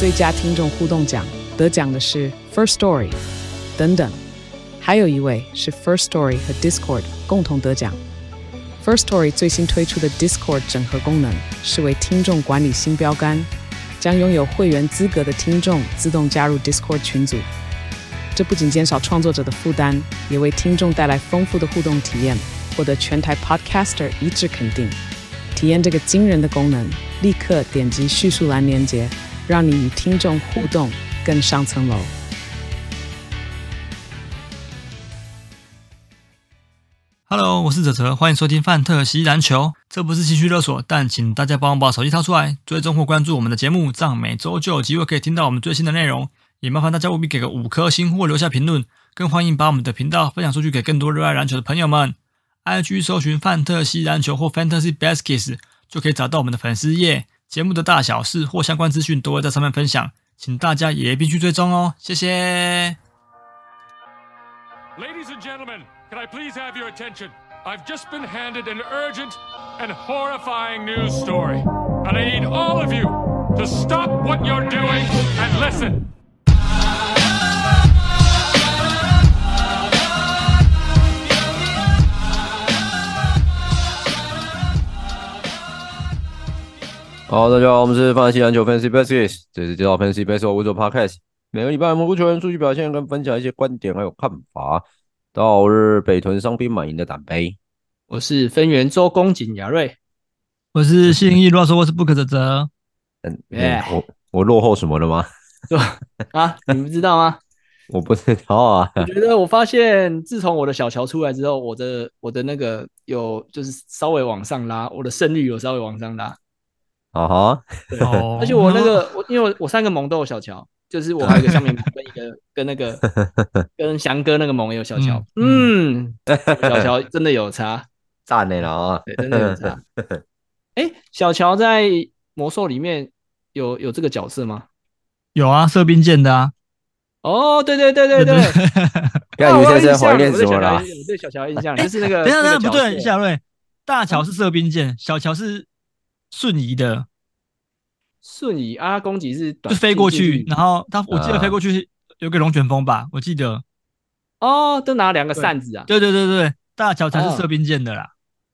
最佳听众互动奖，得奖的是 First Story 等等，还有一位是 First Story 和 Discord 共同得奖。First Story 最新推出的 Discord 整合功能是为听众管理新标杆，将拥有会员资格的听众自动加入 Discord 群组。这不仅减少创作者的负担，也为听众带来丰富的互动体验，获得全台 Podcaster 一致肯定。体验这个惊人的功能，立刻点击叙述栏连结，让你与听众互动更上层楼。 Hello， 我是哲哲，欢迎收听范特西篮球。这不是情绪勒索，但请大家帮我把手机掏出来，追踪或关注我们的节目，这样每周就有机会可以听到我们最新的内容。也麻烦大家务必给个5颗星或留下评论，更欢迎把我们的频道分享出去给更多热爱篮球的朋友们。IG 搜寻范特西篮球或 Fantasy Baskets 就可以找到我们的粉丝页，节目的大小事或相关资讯都会在上面分享，请大家也必须追踪哦，谢谢。 Ladies and gentlemen, can I please have your attention? I've just been handed an urgent and horrifying news story, and I need all of you to stop what you're doing and listen. Hello， 大家好，我们是范特西篮球 Fantasy Baskets， 这是介绍 Fantasy Basketball 为主 Podcast， 每个礼拜蘑菇球员数据表现跟分享一些观点还有看法。到日北屯伤兵满营的胆杯， 我是分园周公瑾亚瑞， 我是信义乱说，我是不可哲哲。 我落后什么了吗？ 啊，你不知道吗？ 我不知道啊。 我觉得我发现，自从我的小乔出来之后，我的那个有就是稍微往上拉，我的胜率有稍微往上拉。 啊哈， 而且我那个因为我3个盟都有小乔，就是我还有一个香棉盟跟一个跟那个跟翔哥那个盟也有小乔，小乔真的有差， 赞的啦， 对，真的有差。小乔在魔兽里面有这个角色吗？ 有啊，射兵剑的啊。 哦，对。 看你现在在怀念什么啦？ 我对小乔印象就是那个， 等一下不对，夏瑞，大乔是射兵剑，小乔是瞬移的。 瞬移啊，攻击是短， 就飞过去，然后我记得飞过去有个龙卷风吧，我记得。 哦，都拿2个扇子啊。 对，大乔才是射兵剑的啦。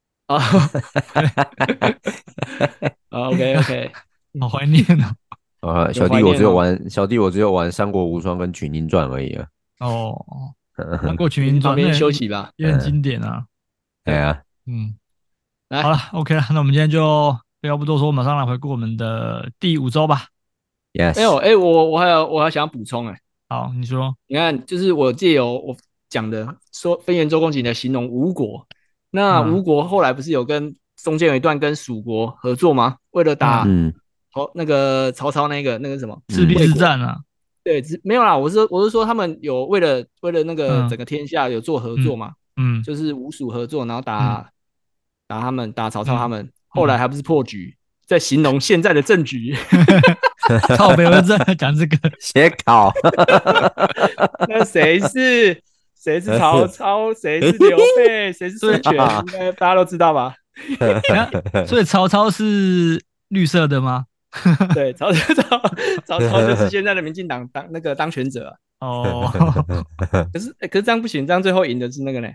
OK， 好怀念哦。小弟我只有玩三国无双跟群英传而已啊。 哦，玩过群英传， 旁边休息吧， 也很经典啊。 对啊， 好了 ，OK 了，那我们今天就不要不多说，马上来回顾我们的第5周吧。 Yes。 我还想补充好，你说。 你看，就是我借由我讲的说分园周公瑾的形容吴国，那吴国后来不是有中间有一段跟蜀国合作吗？为了打那个曹操那个什么赤壁之战啊。对， 没有啦，我是说他们有为了那个整个天下有做合作嘛，就是吴蜀合作，然后打曹操他们，后来还不是破局，在形容现在的政局。 靠北，我在讲这个写考。 那谁是曹操，谁是刘备，谁是孙权，应该大家都知道吧？ 所以曹操是绿色的吗？ 对，曹操就是现在的民进党当权者啊。 哦， 可是这样不行，这样最后赢的是那个呢？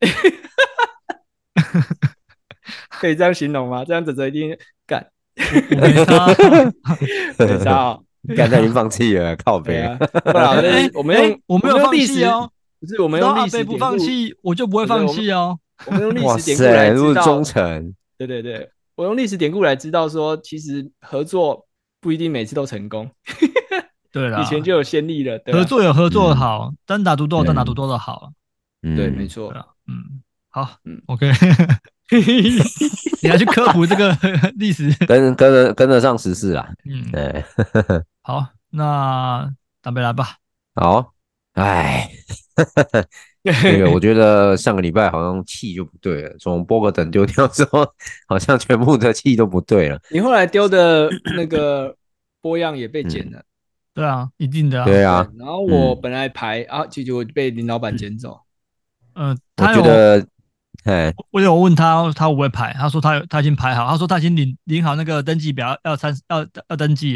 可以这样形容吗？这样子一定干。 没差， 没差哦。 刚才已经放弃了，靠北。 我没有放弃哦， 不是我们用历史不放弃，我就不会放弃哦。 我们用历史典故来知道， 忠诚。 对，我用历史典故来知道说，其实合作不一定每次都成功。 对啦， 以前就有先例了。 合作有合作的好，单打独斗有单打独斗的好。 对，没错。 好，OK。你要去科普这个历史， 跟得上时事啦。对。 好，那大杯来吧。 好，那个我觉得上个礼拜好像气就不对了，从波格等丢掉之后，好像全部的气都不对了。 你后来丢的那个波样也被剪了。 对啊，一定的啊。 对啊。 然后我本来排结果被林老板捡走。 我觉得。 我有问他会不会排，他说他已经排好，他说他已经领好那个登记表，要登记了。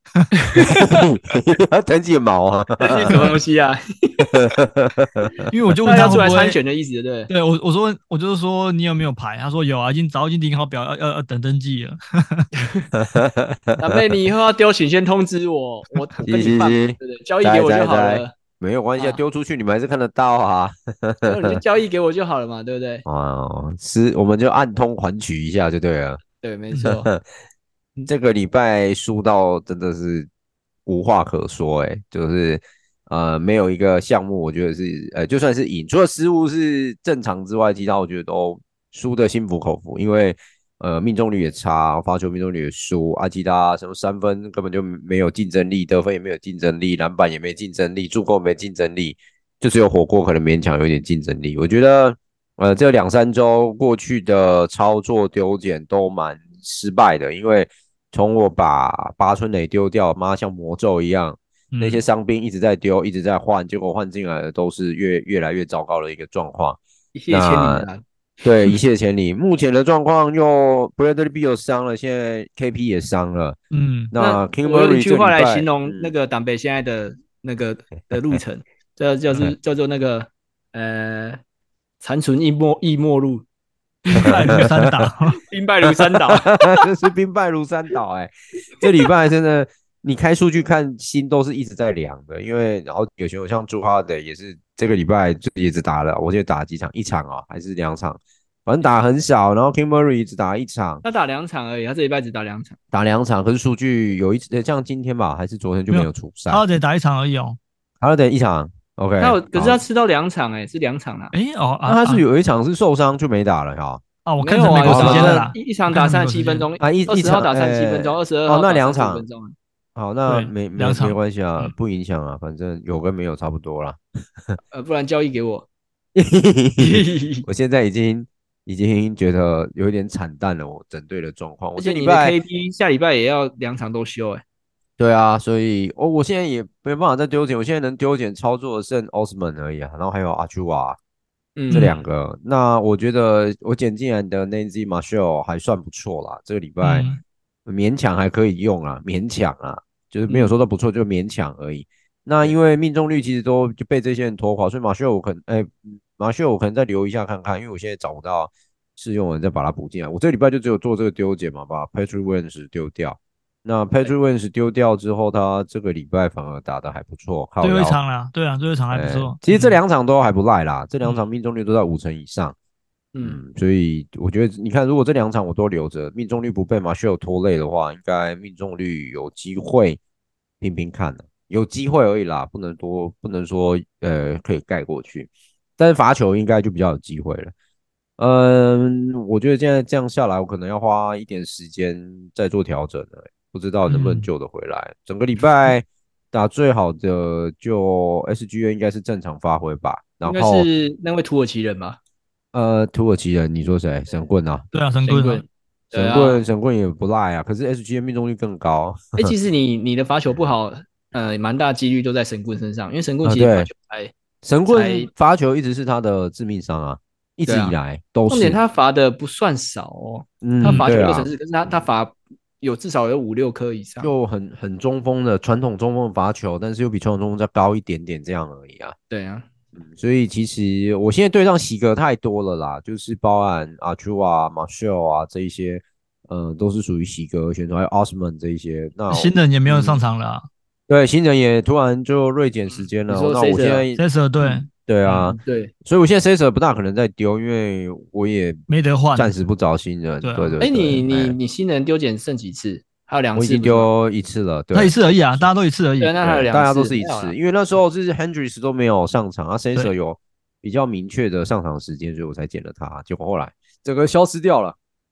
要登记毛啊？ 登记什么东西啊？ 因为我就问他要出来会不会参选的意思，对不对？ 对我就是说你有没有牌？他说有啊，早已经订好表，要等登记了。 长辈，你以后要丢请先通知我，我跟你换，对不对？交易给我就好了。 没有关系啊，丢出去你们还是看得到啊。 你就交易给我就好了嘛，对不对？ 哦，我们就暗通款曲一下就对了。 对，没错。 这个礼拜输到真的是无话可说，就是没有一个项目，我觉得是就算是赢，除了失误是正常之外，其他我觉得都输得心服口服，因为命中率也差，罚球命中率也输，其他什么三分根本就没有竞争力，得分也没有竞争力，篮板也没竞争力，助攻没竞争力，就只有火锅可能勉强有点竞争力。我觉得这2-3周过去的操作丢捡都蛮失败的，因为从我把八村垒丢掉，妈像魔咒一样，那些伤兵一直在丢，一直在换，结果换进来的都是越来越糟糕的一个状况， 一泻千里啊！ 对，一泻千里。目前的状况又 Bradley Beal 伤了，现在 KP 也伤了。那 King Murray 我用一句话来形容那个党北现在的那个的路程，叫做那个残存易末路， 兵败如山倒， 兵败如山倒， 真是兵败如山倒这礼拜真的，你开数据看心都是一直在凉的，因为然后有选手像朱哈德也是这个礼拜也只打了，我记得打了几场，1场还是2场，反正打很少。然后 King Murray 只打1场， 他打2场而已，他这礼拜只打2场， 打2场，可是数据有像今天吧，还是昨天就没有出赛， 他得打1场而已哦， 他得1场。OK， 可是他吃到2场是2场啦。 那他是有1场是受伤就没打了我看成美国时间的啦， 一场打37分钟，20号打37分钟，22号那2场分钟。 好，那没关系啊，不影响啊，反正有跟没有差不多啦。 不然交易给我。 我现在已经觉得有一点惨淡了，我整队的状况。 而且你的 KP 下礼拜也要2场都休对啊，所以我现在也没办法再丢捡，我现在能丢捡操作的剩 Osman 而已然后还有阿丘瓦这2个。那我觉得我捡进来的 Nancy Marshall 还算不错啦，这个礼拜勉强还可以用啊，勉强啊，就是没有说都不错，就勉强而已。那因为命中率其实都就被这些人拖垮，所以Marshall我可能再留一下看看，因为我现在找不到适用人再把它补进来。我这个礼拜就只有做这个丢捡嘛，把 Patrick Williams 丢掉。那 Patrick Williams 丢掉之后，他这个礼拜反而打得还不错， 最后一场啦，对啊，最后一场还不错。 其实这2场都还不赖啦，这2场命中率都在50%以上。所以我觉得你看，如果这2场我都留着，命中率不被 Marshall 拖累的话，应该命中率有机会拼拼看的，有机会而已啦，不能说可以盖过去，但是罚球应该就比较有机会了。我觉得现在这样下来，我可能要花一点时间再做调整了，不知道能不能救得回来。整个礼拜打最好的就 SGA 应该是正常发挥吧，然后应该是那位土耳其人吧？ 土耳其人，你说谁？神棍啊？ 对啊，神棍也不赖啊。可是 SGA 命中率更高。 其实你的罚球不好，蛮大几率都在神棍身上，因为神棍其实罚球神棍罚球一直是他的致命伤啊，一直以来都是。 重点他罚的不算少他罚球6成4，可是他罚至少有5-6颗以上， 就很中锋的传统中锋的罚球，但是又比传统中锋再高一点点这样而已啊。 对啊。 所以其实我现在对上洗格太多了啦，就是包含阿丘啊、Marshall 啊这一些，都是属于洗格选手，还有 Osman 这一些。那新人也没有上场了对，新人也突然就锐减时间了。那我现在 Caesar 对啊， 对， 所以我现在 Caesar 不大可能再丢，因为我也没得换， 暂时不找新人。对。 你新人丢捡剩几次？还有2次， 我已经丢1次了，对， 他1次而已啊，大家都1次而已。 对，那还有2次， 大家都是1次，因为那时候是 Hendricks 都没有上场，Caesar 有比较明确的上场时间，所以我才捡了他。结果后来整个消失掉了。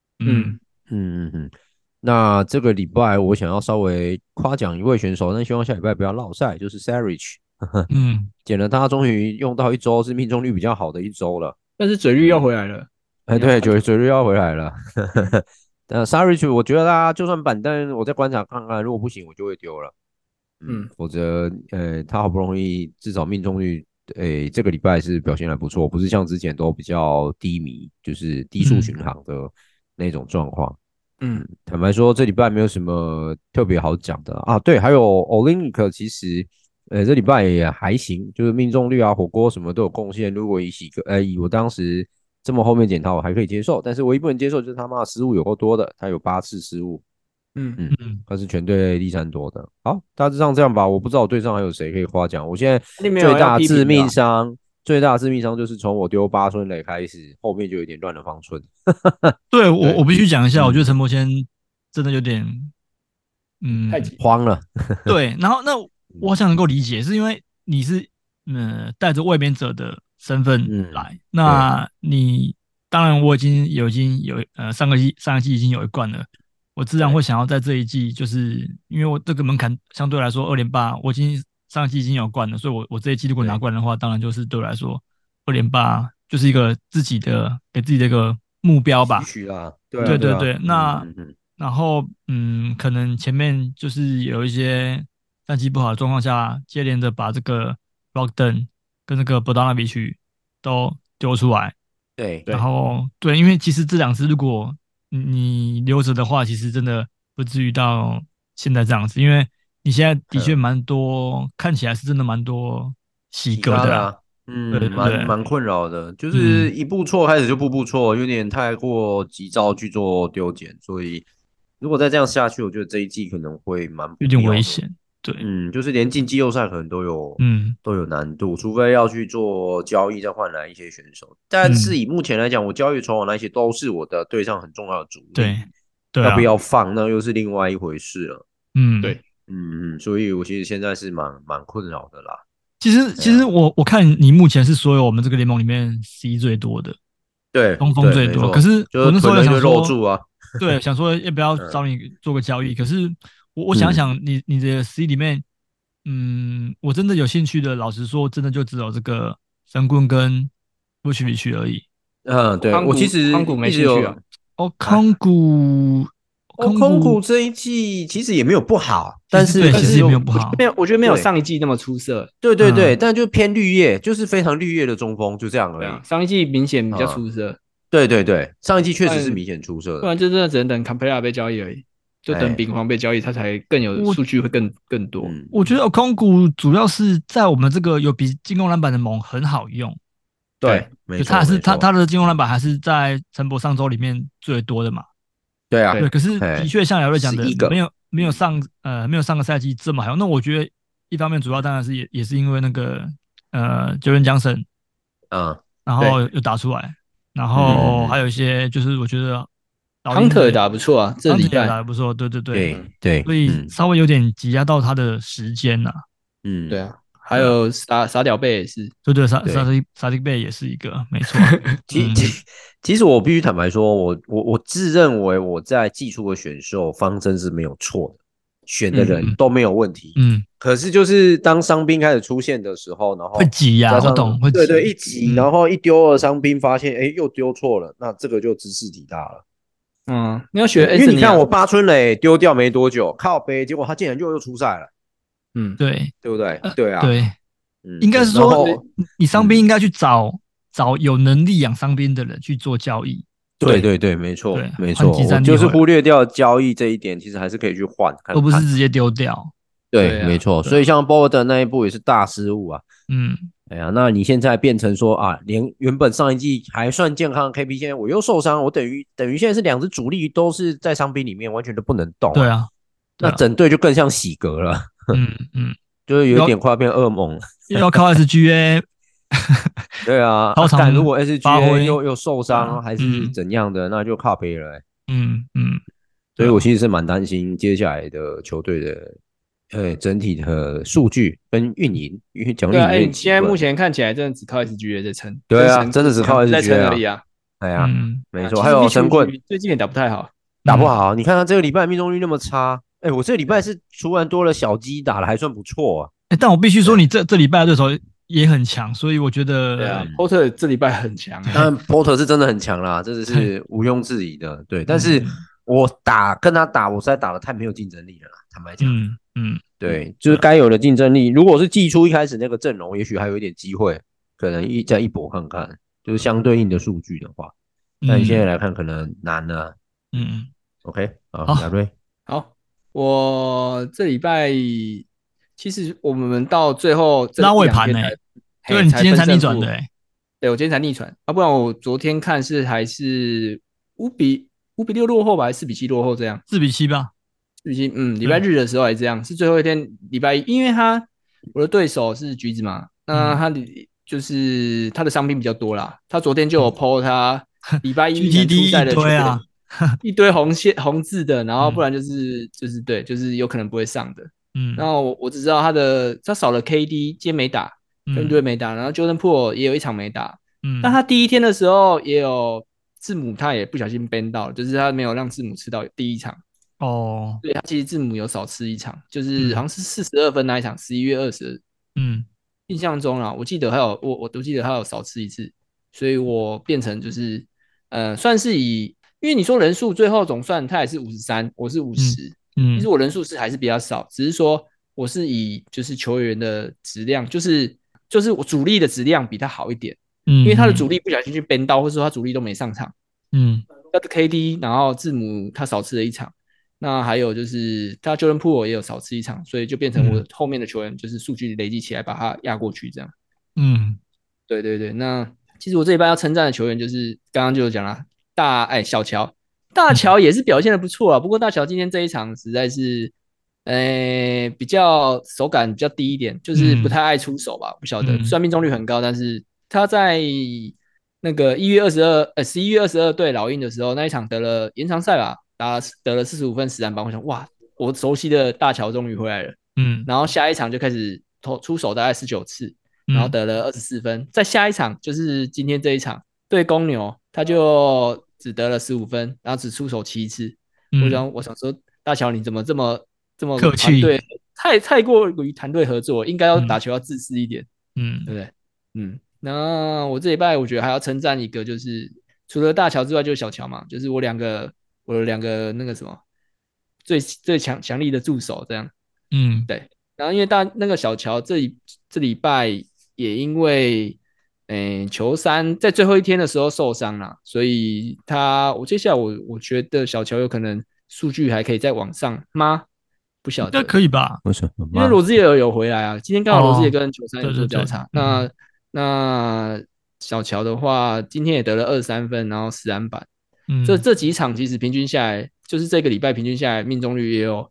那这个礼拜我想要稍微夸奖一位选手，但希望下礼拜不要落赛，就是 Saric。捡了他，终于用到1周，是命中率比较好的1周了。 但是嘴绿要回来了。 对，嘴绿要回来了。Saric 我觉得他就算板凳，我再观察看看，如果不行我就会丢了。否则他好不容易至少命中率，这个礼拜是表现还不错，不是像之前都比较低迷，就是低速巡航的那种状况。 坦白说，这礼拜没有什么特别好讲的啊。对，还有 Olynyk 其实，这礼拜也还行，就是命中率啊、火锅什么都有贡献。如果以我当时这么后面检讨，我还可以接受。但是唯一不能接受就是他妈的失误有够多的，他有8次失误。他是全队第3多的。好，大致上这样吧。我不知道我队上还有谁可以夸奖。我现在最大的致命伤就是从我丢八村垒开始，后面就有点乱了方寸。 对，我必须讲一下，我觉得陈柏谦真的有点太慌了。 对，然后那我好像能够理解，是因为你是带着卫冕者的身份来，那你当然我已经有上一季已经有1冠了。我自然会想要在这一季，就是因为我这个门槛相对来说2.8，我上一季已经有冠了，所以我这一季如果拿冠的话，当然就是对我来说2.8就是一个给自己的一个目标吧。对，然后可能前面就是有一些战绩不好的状况下，接连的把这个 Brogdon 跟那个 Bogdanovic 都丢出来。 对， 然后对，因为其实这2支如果你留着的话，其实真的不至于到现在这样子，因为你现在的确蛮多，看起来是真的蛮多洗格的啦。 蛮困扰的，就是一步错开始就步错，有点太过急躁去做丢捡，所以如果再这样下去，我觉得这一季可能会有点危险。对， 就是连进季后赛可能都有难度，除非要去做交易再换来一些选手。但是以目前来讲，我交易筹码那些都是我的队上很重要的主力， 对， 要不要放那又是另外一回事了。 对， 所以我其实现在是蛮困扰的啦。 其实我看你目前是所有我们这个联盟里面 C 最多的， 对， 中锋最多。可是我那时候想说，对，想说要不要找你做个交易，可是我想想你的 C 里面，我真的有兴趣的，老实说，真的就只有这个神棍跟布奇里奇而已。 对，我其实康古没兴趣啊。 康古这一季其实也没有不好，但是其实也没有不好， 我觉得没有上一季那么出色。 对，但就偏绿叶，就是非常绿叶的中锋，就这样而已。 上一季明显比较出色。 对，上一季确实是明显出色的， 不然就真的只能等 Capela 被交易而已，就等丙皇被交易，他才更有数据会更多。 我觉得康古主要是在我们这个有比进攻篮板的盟很好用。 对，没错， 他的进攻篮板还是在陈柏上周里面最多的嘛。 对啊， 对，可是的确像姚瑞讲的，没有上个赛季这么好用。那我觉得一方面主要当然是也是因为那个Jaren Johnson，然后又打出来，然后还有一些就是我觉得康特打不错啊，这礼拜打得不错， 对， 所以稍微有点挤压到他的时间呐。 对啊。还有傻屌贝也是， 对，傻屌贝也是一个，没错。 其实我必须坦白说，我自认为我在季初的选秀方针是没有错的，选的人都没有问题。可是就是当伤兵开始出现的时候，然后会挤呀，我懂，会挤。 对，一挤，然后一丢了伤兵，发现又丢错了，那这个就知识体大了。 你要学， 因为你看我八村垒丢掉没多久，靠背，结果他竟然又出赛了。 对不对？对啊， 对，应该是说你伤兵应该去找有能力养伤兵的人去做交易。 对，没错，我就是忽略掉交易这一点，其实还是可以去换， 而不是直接丢掉。 对，没错。所以像 Bogdan 那一步也是大失误啊。哎呀，那你现在变成说啊，连原本上一季还算健康的 KP， 现在我又受伤，我等于现在是2支主力都是在伤兵里面，完全都不能动。 对啊， 那整队就更像洗格了。就是有点快要变噩梦了， 要靠 SGA。 对啊，但如果 SGA 又受伤还是怎样的，那就靠背了。所以我其实是蛮担心接下来的球队的整体的数据跟运营，因为奖励你现在目前看起来真的只靠 SGA 在撑。 对啊，真的只靠 SGA 在撑而已啊。 哎呀，没错，还有神棍最近也打不太好， 打不好。你看他这个礼拜命中率那么差。我这个礼拜是突然多了小鸡打的还算不错啊。 但我必须说，你这礼拜的对手也很强，所以我觉得对啊，Porter 这礼拜很强。 当然 Porter 是真的很强啦，这是毋庸置疑的。对，但是我跟他打，我实在打得太没有竞争力了啦，坦白讲。对，就是该有的竞争力。如果是季初一开始那个阵容，也许还有一点机会，可能再一搏看看，就是相对应的数据的话。但你现在来看，可能难了。 OK，好， 好亚瑞， 好，我这礼拜其实我们到最后这拉尾一两天盘呢、对，你今才天才逆分胜负。 转的对，我今天才逆转，不然我昨天看还是5-6落后吧，还是4-7落后这样。 4-7吧。 4-7，礼拜日的时候还这样，是最后一天礼拜一，因为我的对手是橘子嘛，那就是他的伤兵比较多啦，他昨天就有 po 他礼拜一能出赛的球员，一堆红字的，然后不然就是对，就是有可能不会上的。然后我只知道他少了 KD，今天没打，跟队没打，然后 Jordan Poole 也有一场没打。但他第一天的时候也有字母，他也不小心 ban 到，就是他没有让字母吃到第一场。 哦， 对，他其实字母有少吃一场，就是好像是42分那一场，11月20日。印象中啦，我记得我都记得他有少吃一次，所以我变成就是算是因为你说人数最后总算他也是53，我是50，其实我人数还是比较少，只是说我是以就是球员的质量，就是我主力的质量比他好一点，因为他的主力不小心去 ban 到，或者说他主力都没上场，他的 KD， 然后字母他少吃了一场。那还有就是他 Jordan Poole 也有少吃一场，所以就变成我后面的球员就是数据累积起来把他压过去这样。对对对。那其实我这一班要称赞的球员就是刚刚就有讲了，小乔，大乔也是表现的不错啊。不过大乔今天这一场实在是，比较手感比较低一点，就是不太爱出手吧，不晓得。虽然命中率很高，但是他在那个11月22对老鹰的时候那一场得了延长赛吧。得了45分10篮板，我想哇，我熟悉的大乔终于回来了。然后下一场就开始出手大概19次，然后得了24分。再下一场就是今天这一场对公牛，他就只得了15分，然后只出手7次。我想说，大乔你怎么这么客气？ 团队太过于团队合作，应该要打球要自私一点，对不对？那我这礼拜我觉得还要称赞一个，就是除了大乔之外，就是小乔嘛，就是我的两个那个什么最强力的助手这样。对。然后因为那个小乔这礼拜也因为球3在最后一天的时候受伤了，所以接下来我觉得小乔有可能数据还可以再往上吗？不晓得， 应该可以吧？ 因为罗兹也有回来啊，今天刚好罗兹也跟球3有做交叉。那小乔的话，今天也得了23分，然后10篮板。这几场其实平均下来，就是这个礼拜平均下来命中率也有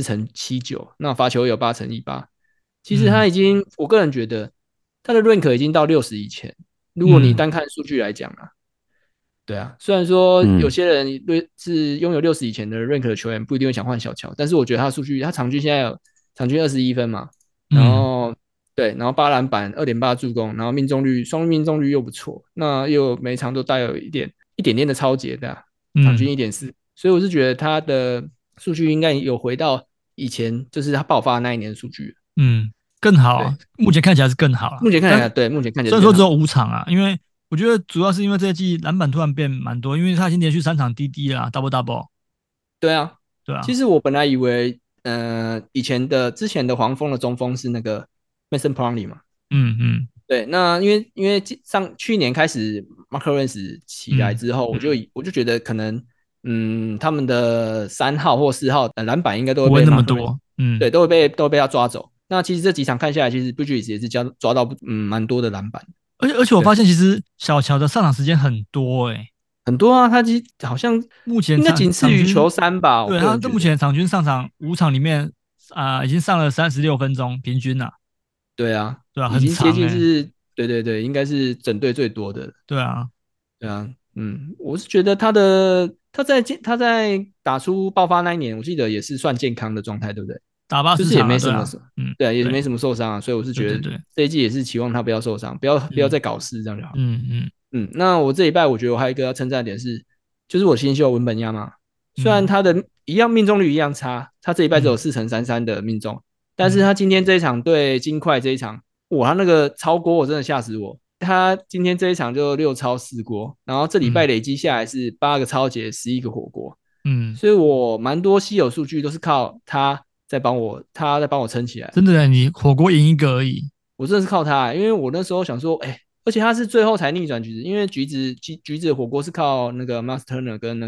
4.79%，那罚球也有8.18%。其实他已经，我个人觉得他的 rank 已经到60以前。如果你单看数据来讲啊，对啊，虽然说有些人是拥有60以前的 rank 的球员不一定会想换小乔，但是我觉得他的数据，他场均现在有场均21分嘛，然后对，然后8篮板2.8助攻，然后双命中率又不错，那又每场都带有一点点的超节的，场均1.4，所以我是觉得他的数据应该有回到以前就是他爆发的那一年的数据。 更好啊，目前看起来是更好了。 目前看起来对，目前看起来虽然说只有5场啊，因为我觉得主要是因为这一季篮板突然变蛮多，因为他已经连续3场滴啦 ，double double。 对啊， 对啊。 其实我本来以为，之前的黄蜂的中锋是那个 Mason Plumlee 嘛。对，那因为去年开始 Mark Lawrence 起来之后，我就觉得可能，他们的3号或4号篮板应该都会被那么多， 对，都会被他抓走。那其实这几场看下来，其实 Bridges 也是抓到蛮多的篮板。 而且我发现其实小乔的上场时间很多很多啊，他其实好像目前应该仅次于球3吧。 对，他目前场均上场5场里面已经上了36分钟，平均啊。 对啊， 对啊， 已经接近是，对，应该是整队最多的。 对啊， 我是觉得他在打出爆发那一年，我记得也是算健康的状态，对不对？ 打80场就是也没什么， 对， 也没什么受伤啊，所以我是觉得这一季也是期望他不要受伤，不要再搞事这样就好。那我这礼拜我觉得我还有一个要称赞的点是，就是我新秀文本亚马，虽然他的命中率一样差，他这礼拜只有4.33%的命中，但是他今天这一场对金块这一场，哇，他那个超锅我真的吓死我。他今天这一场就6超4锅，然后这礼拜累积下来是8个超节11个火锅。所以我蛮多稀有数据都是靠他在帮我撑起来。 真的，你火锅赢一个而已。 我真的是靠他，因为我那时候想说，而且他是最后才逆转橘子，因为橘子的火锅是靠那个 Miles Turner 跟那个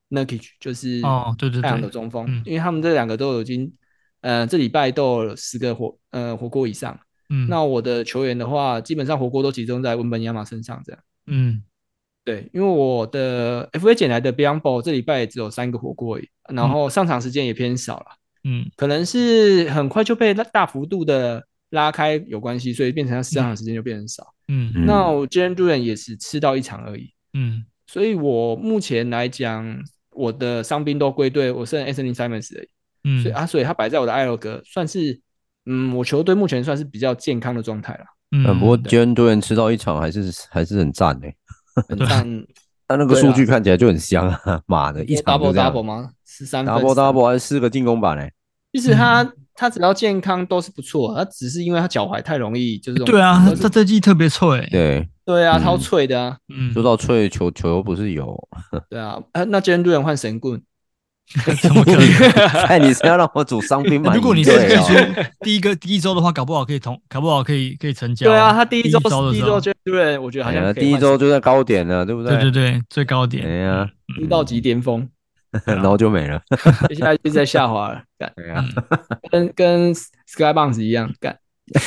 Nurkic， 就是对， 太阳的中锋，因为他们这两个都已经这礼拜都有10个火锅以上。那我的球员的话，基本上火锅都集中在文本亚马身上这样。对，因为我的 FA 捡来的 Beyond 这礼拜也只有3个火锅而已，然后上场时间也偏少了。可能是很快就被大幅度的拉开有关系，所以变成他上场时间就变很少。那我 Jalen Duren 也是吃到1场而已。所以我目前来讲，我的伤兵都归队，我剩 Anthony Simons 而已。所以他摆在我的艾罗格，算是我球队目前算是比较健康的状态了。 不过 Jalen Duren 吃到1场还是很赞欸， 很赞。 他那个数据看起来就很香啊，妈的，1场就这样 double 吗？13分 double 还是4个进攻板欸。 其实他只要健康都是不错，他只是因为他脚踝太容易就是对啊，他这季特别脆。 对啊，超脆的啊。 说到脆，球又不是有。 对啊，那Jalen Duren换神棍。 怎么可能？ 哎，你是要让我组伤兵满？ 如果你是第一周的话，搞不好可以成交。 对啊，他第一周 Jalen 我觉得好像第一周就在高点了，对不对？ 对，最高点。 哎呀， 到极巅峰， 然后就没了， 接下来就在下滑了。 对啊， 跟 Skybounce 一样干。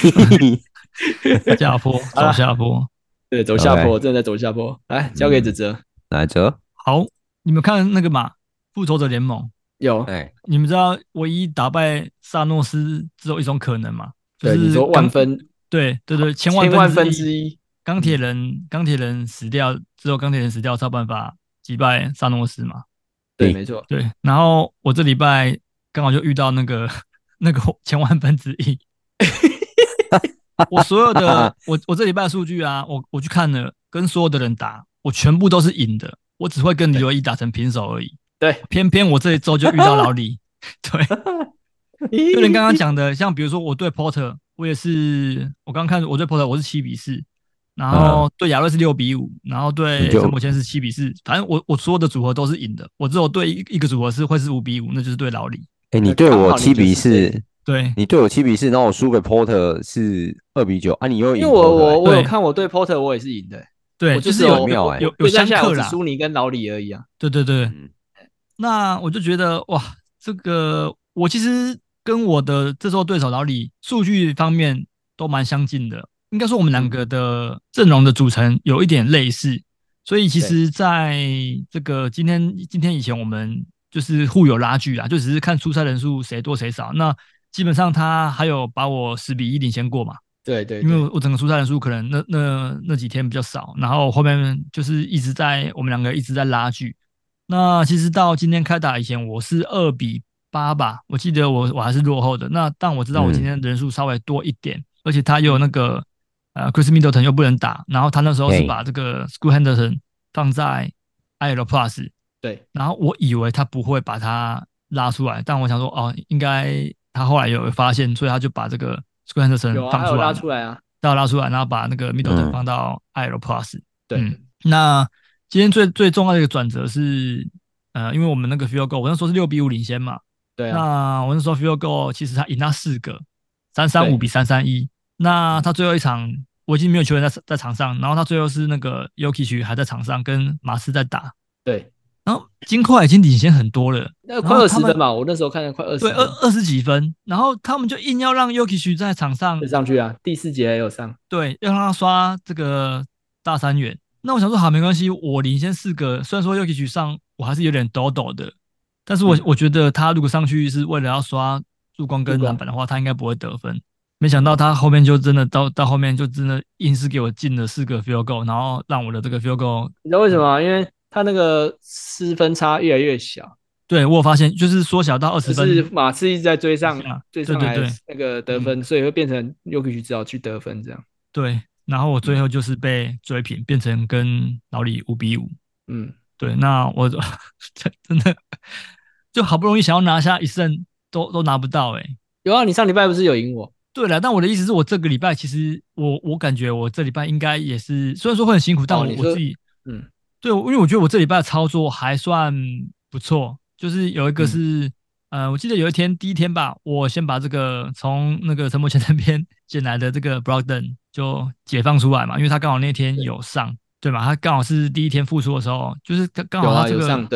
下坡，走下坡。 对，走下坡，正在走下坡。来，交给哲。 来哲。 好，你们看那个嘛？复仇者联盟有， 你们知道唯一打败萨诺斯只有一种可能吗？就是你说1,000,000分， 对，千万分之一。钢铁人死掉，只有钢铁人死掉才有办法击败萨诺斯嘛？ 对，没错。 对，然后我这礼拜刚好就遇到那个千万分之一。我所有的我这礼拜的数据啊，我去看了，跟所有的人打，我全部都是赢的，我只会跟李维一打成平手而已。 对， 偏偏我这一周就遇到老李。对，就连刚刚讲的，像比如说我对 Porter， 我也是，我刚看我对 Porter 我是7-4，然后对亚瑞是6-5，然后对陈柏谦是7-4，反正我所有的组合都是赢的，我只有对一个组合是会是5-5，那就是对老李。 你对我7-4， 对， 你对我7-4，然后我输给 Porter 是2-9啊，你又赢。 因为我有看我对 Porter 我也是赢的， 对，就是有相克啦， 只输你跟老李而已啊。 对。那我就觉得哇，这个我其实跟我的这周对手老李数据方面都蛮相近的，应该说我们两个的阵容的组成有一点类似，所以其实在这个今天以前我们就是互有拉锯啦，就只是看出赛人数谁多谁少。那基本上他还有把我10-1领先过嘛？ 对， 因为我整个出赛人数可能那几天比较少，然后后面就是我们两个一直在拉锯。那其实到今天开打以前，我是2-8吧，我记得我还是落后的。那但我知道我今天人数稍微多一点，而且他又有那个Chris Middleton 又不能打，然后他那时候是把这个 Scoot Henderson 放在 IL Plus， 对， 然后我以为他不会把他拉出来，但我想说应该他后来有发现，所以他就把这个 Scoot Henderson 放出来， 拉出来啊， 拉出来，然后把那个 Middleton 放到 IL Plus， 对， 那。今天最重要的一个转折是，因为我们那个 field goal， 我那时候是6-5领先嘛， 对啊。 那我那时候 field goal 其实他赢他4个，335比331。那他最后一场我已经没有球员在场上，然后他最后是那个 Jokic 还在场上跟马刺在打， 对。 然后金块已经领先很多了， 那快20分嘛，我那时候看的快20分， 对，20几分，然后他们就硬要让 Jokic 在场上上去啊，第4节也有上， 对，要让他刷这个大3元。那我想说好没关系，我领先4个，虽然说 Jokic 上我还是有点抖的，但是我觉得他如果上去是为了要刷助攻跟篮板的话，他应该不会得分。没想到他后面就真的到后面就真的硬是给我进了4个 field goal， 然后让我的这个 field goal， 你知道为什么？因为他那个失分差越来越小。 对，我有发现就是缩小到20分， 就是马刺一直在追上来那个得分，所以会变成 Jokic 只好去得分这样。 对。然后我最后就是被追平，变成跟老李5-5。对，那我真的就好不容易想要拿下1胜，都拿不到有啊，你上礼拜不是有赢我？ 对了，但我的意思是我这个礼拜其实我感觉我这礼拜应该也是，虽然说会很辛苦，但我自己对，因为我觉得我这礼拜的操作还算不错，就是有一个是我记得有第一天吧，我先把这个从那个陈柏谦那边捡来的这个 Brogdon 就解放出来嘛，因为他刚好那天有上，对嘛？他刚好是第一天复出的时候，就是刚好他这个有上，对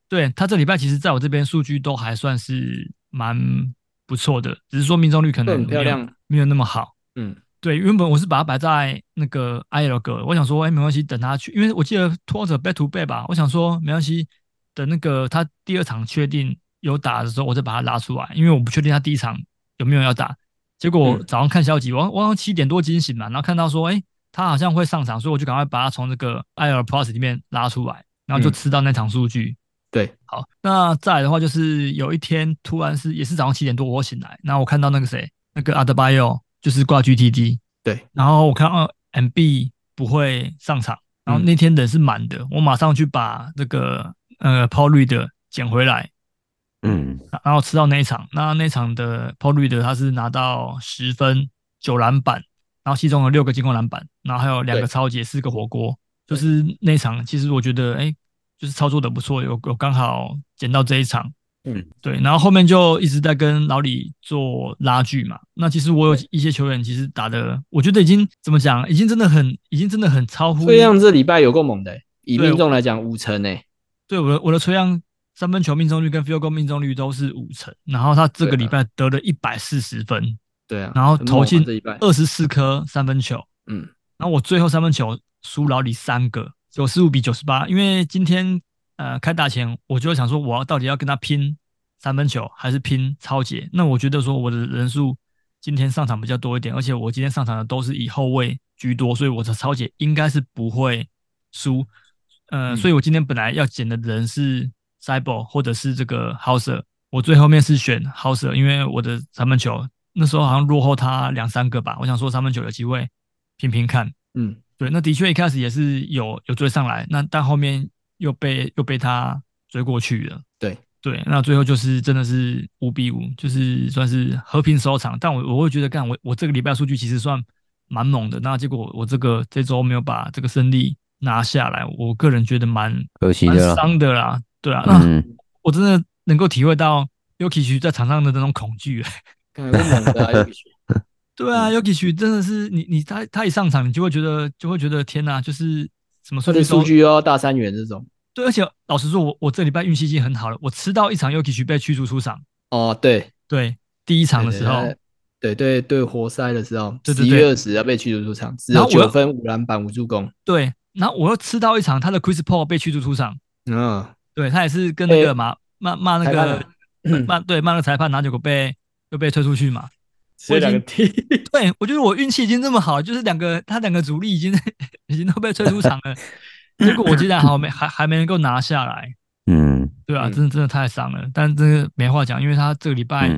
对，他这礼拜其实在我这边数据都还算是蛮不错的，只是说命中率可能很漂亮， 没有那么好。 嗯， 对，原本我是把它摆在那个 IL 格，我想说，没关系，等他去，因为我记得拖着 back to back 吧，我想说没关系，等那个他第2场确定有打的时候，我再把他拉出来，因为我不确定他第1场有没有要打。结果早上看消息，我好像7点多惊醒嘛，然后看到说，他好像会上场，所以我就赶快把他从这个 IL Plus 里面拉出来，然后就吃到那场数据。 对， 好，那再来的话就是有一天突然也是早上7点多我醒来，然后我看到那个谁，那个 Adebayo 就是挂 GTD， 对， 然后我看到 MB 不会上场，然后那天人是满的，我马上去把这个Paul Reed 捡回来，然后吃到那一场，那场的 Paul Reed 他是拿到10分9篮板，然后其中有6个进攻篮板，然后还有2个抄截4个火锅，就是那一场其实我觉得就是操作的不错，有刚好捡到这一场，对，然后后面就一直在跟老李做拉锯嘛。那其实我有一些球员其实打的，我觉得已经怎么讲，已经真的很超乎。 崔样这礼拜有够猛的，以命中来讲5成诶。 对，我的崔样3分球命中率跟 field goal 命中率都是5成，然后他这个礼拜得了140分， 对啊， 然后投进24颗3分球，然后我最后3分球输老李3个。95比98，因为今天开打前我就想说，我到底要跟他拼3分球还是拼抄截？那我觉得说我的人数今天上场比较多一点，而且我今天上场的都是以后卫居多，所以我的抄截应该是不会输。所以我今天本来要捡的人是 Cyborg 或者是这个 Hauser， 我最后面是选 Hauser， 因为我的3分球那时候好像落后他2-3个吧，我想说3分球有机会拼拼看。对，那的确一开始也是有追上来，但后面又被他追过去了。对，那最后就是真的是5比5，就是算是和平收场。但我会觉得，我这个礼拜数据其实算蛮猛的，那结果我这周没有把这个胜利拿下来，我个人觉得蛮可惜的啦， 蛮伤的啦。对啊，那我真的能够体会到 Jokic 在场上的那种恐惧， 很猛的啊Jokic。 对啊，Jokic 真的是他一上场，你就会觉得天哪，就是什么数据要大3元这种。 对，而且老实说，我这礼拜运气已经很好了，我吃到1场 Jokic 被驱逐出场。 哦，对， 第1场的时候， 对，活塞的时候 ，11 月20要被驱逐出场，只有9分5篮板5助攻。 对，然后我又吃到1场他的 Chris Paul 被驱逐出场。对，他也是跟那个骂那个骂那个裁判，然后结果又被推出去嘛。 我已经对，我觉得我运气已经这么好，就是他两个主力已经都被推出场了，结果我竟然还没能够拿下来。对啊，真的太伤了，但真的没话讲，因为他这个礼拜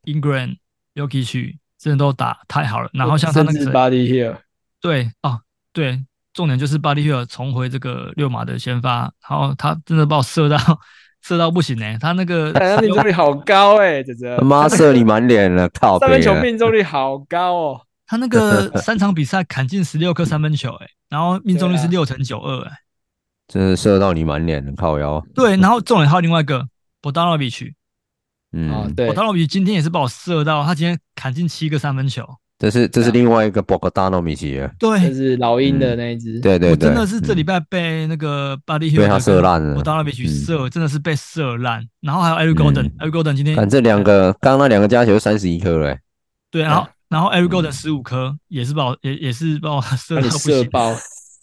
Ingram、Jokic 真的都打太好了，然后像他那个 Buddy Hield， 对，重点就是 Buddy Hield 重回这个6码的先发，然后他真的把我射到不行他那个命中率好高他妈射你满脸了，靠北！3 分球命中率好高哦， 他那个3场比赛砍进16颗3分球然后命中率是6.92 真的射到你满脸了，靠腰。 对，然后重点还有另外一个 Bogdanovic， 对 Bogdanovic 今天也是把我射到，他今天砍进7个3分球。 这是另外一个 Bogdanovic， 对， 这是老鹰的那一只。 对， 我真的是这礼拜被那个 Buddy Hield 被他射烂了 ，Bogdanovic 真的是被射烂。然后还有 Eric Gordon 今天看这刚那2个加起来31颗了。 对，然后 Eric Gordon 15颗也是把我射到不行， 射爆，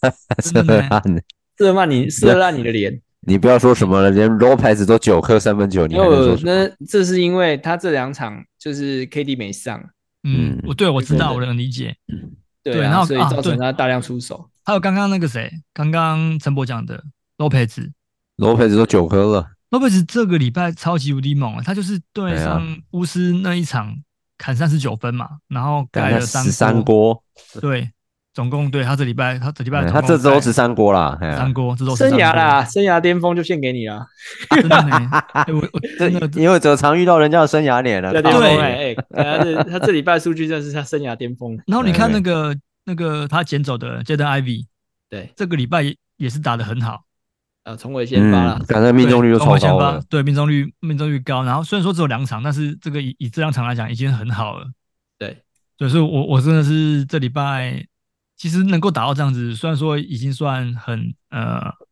射烂你的脸。 你不要说什么了，连 Lopez 都9颗3分球，你还能说什么？ 那这是因为他这2场就是 KD 没上。 我知道，我能理解。 对，然后所以造成他大量出手。 还有刚刚那个谁，刚刚陈博讲的 Lopez 都9颗了。 Lopez 这个礼拜超级无敌猛他就是对上巫师那一场砍39分嘛，然后盖了13锅。对，总共对他这礼拜他这周13锅啦 ，3锅，这周生涯啦，生涯巅峰就献给你啦。 真的呢， 因为只常遇到人家的生涯年了。 对，他这礼拜数据真的是他生涯巅峰。 然后你看那个他捡走的 Jaden Ivey， 对， 这个礼拜也是打得很好。 重回先发啦， 感觉命中率就超高了。 对，命中率高。然后虽然说只有2场，但是这个以这2场来讲已经很好了。对，所以我真的是这礼拜其实能够打到这样子，虽然说已经算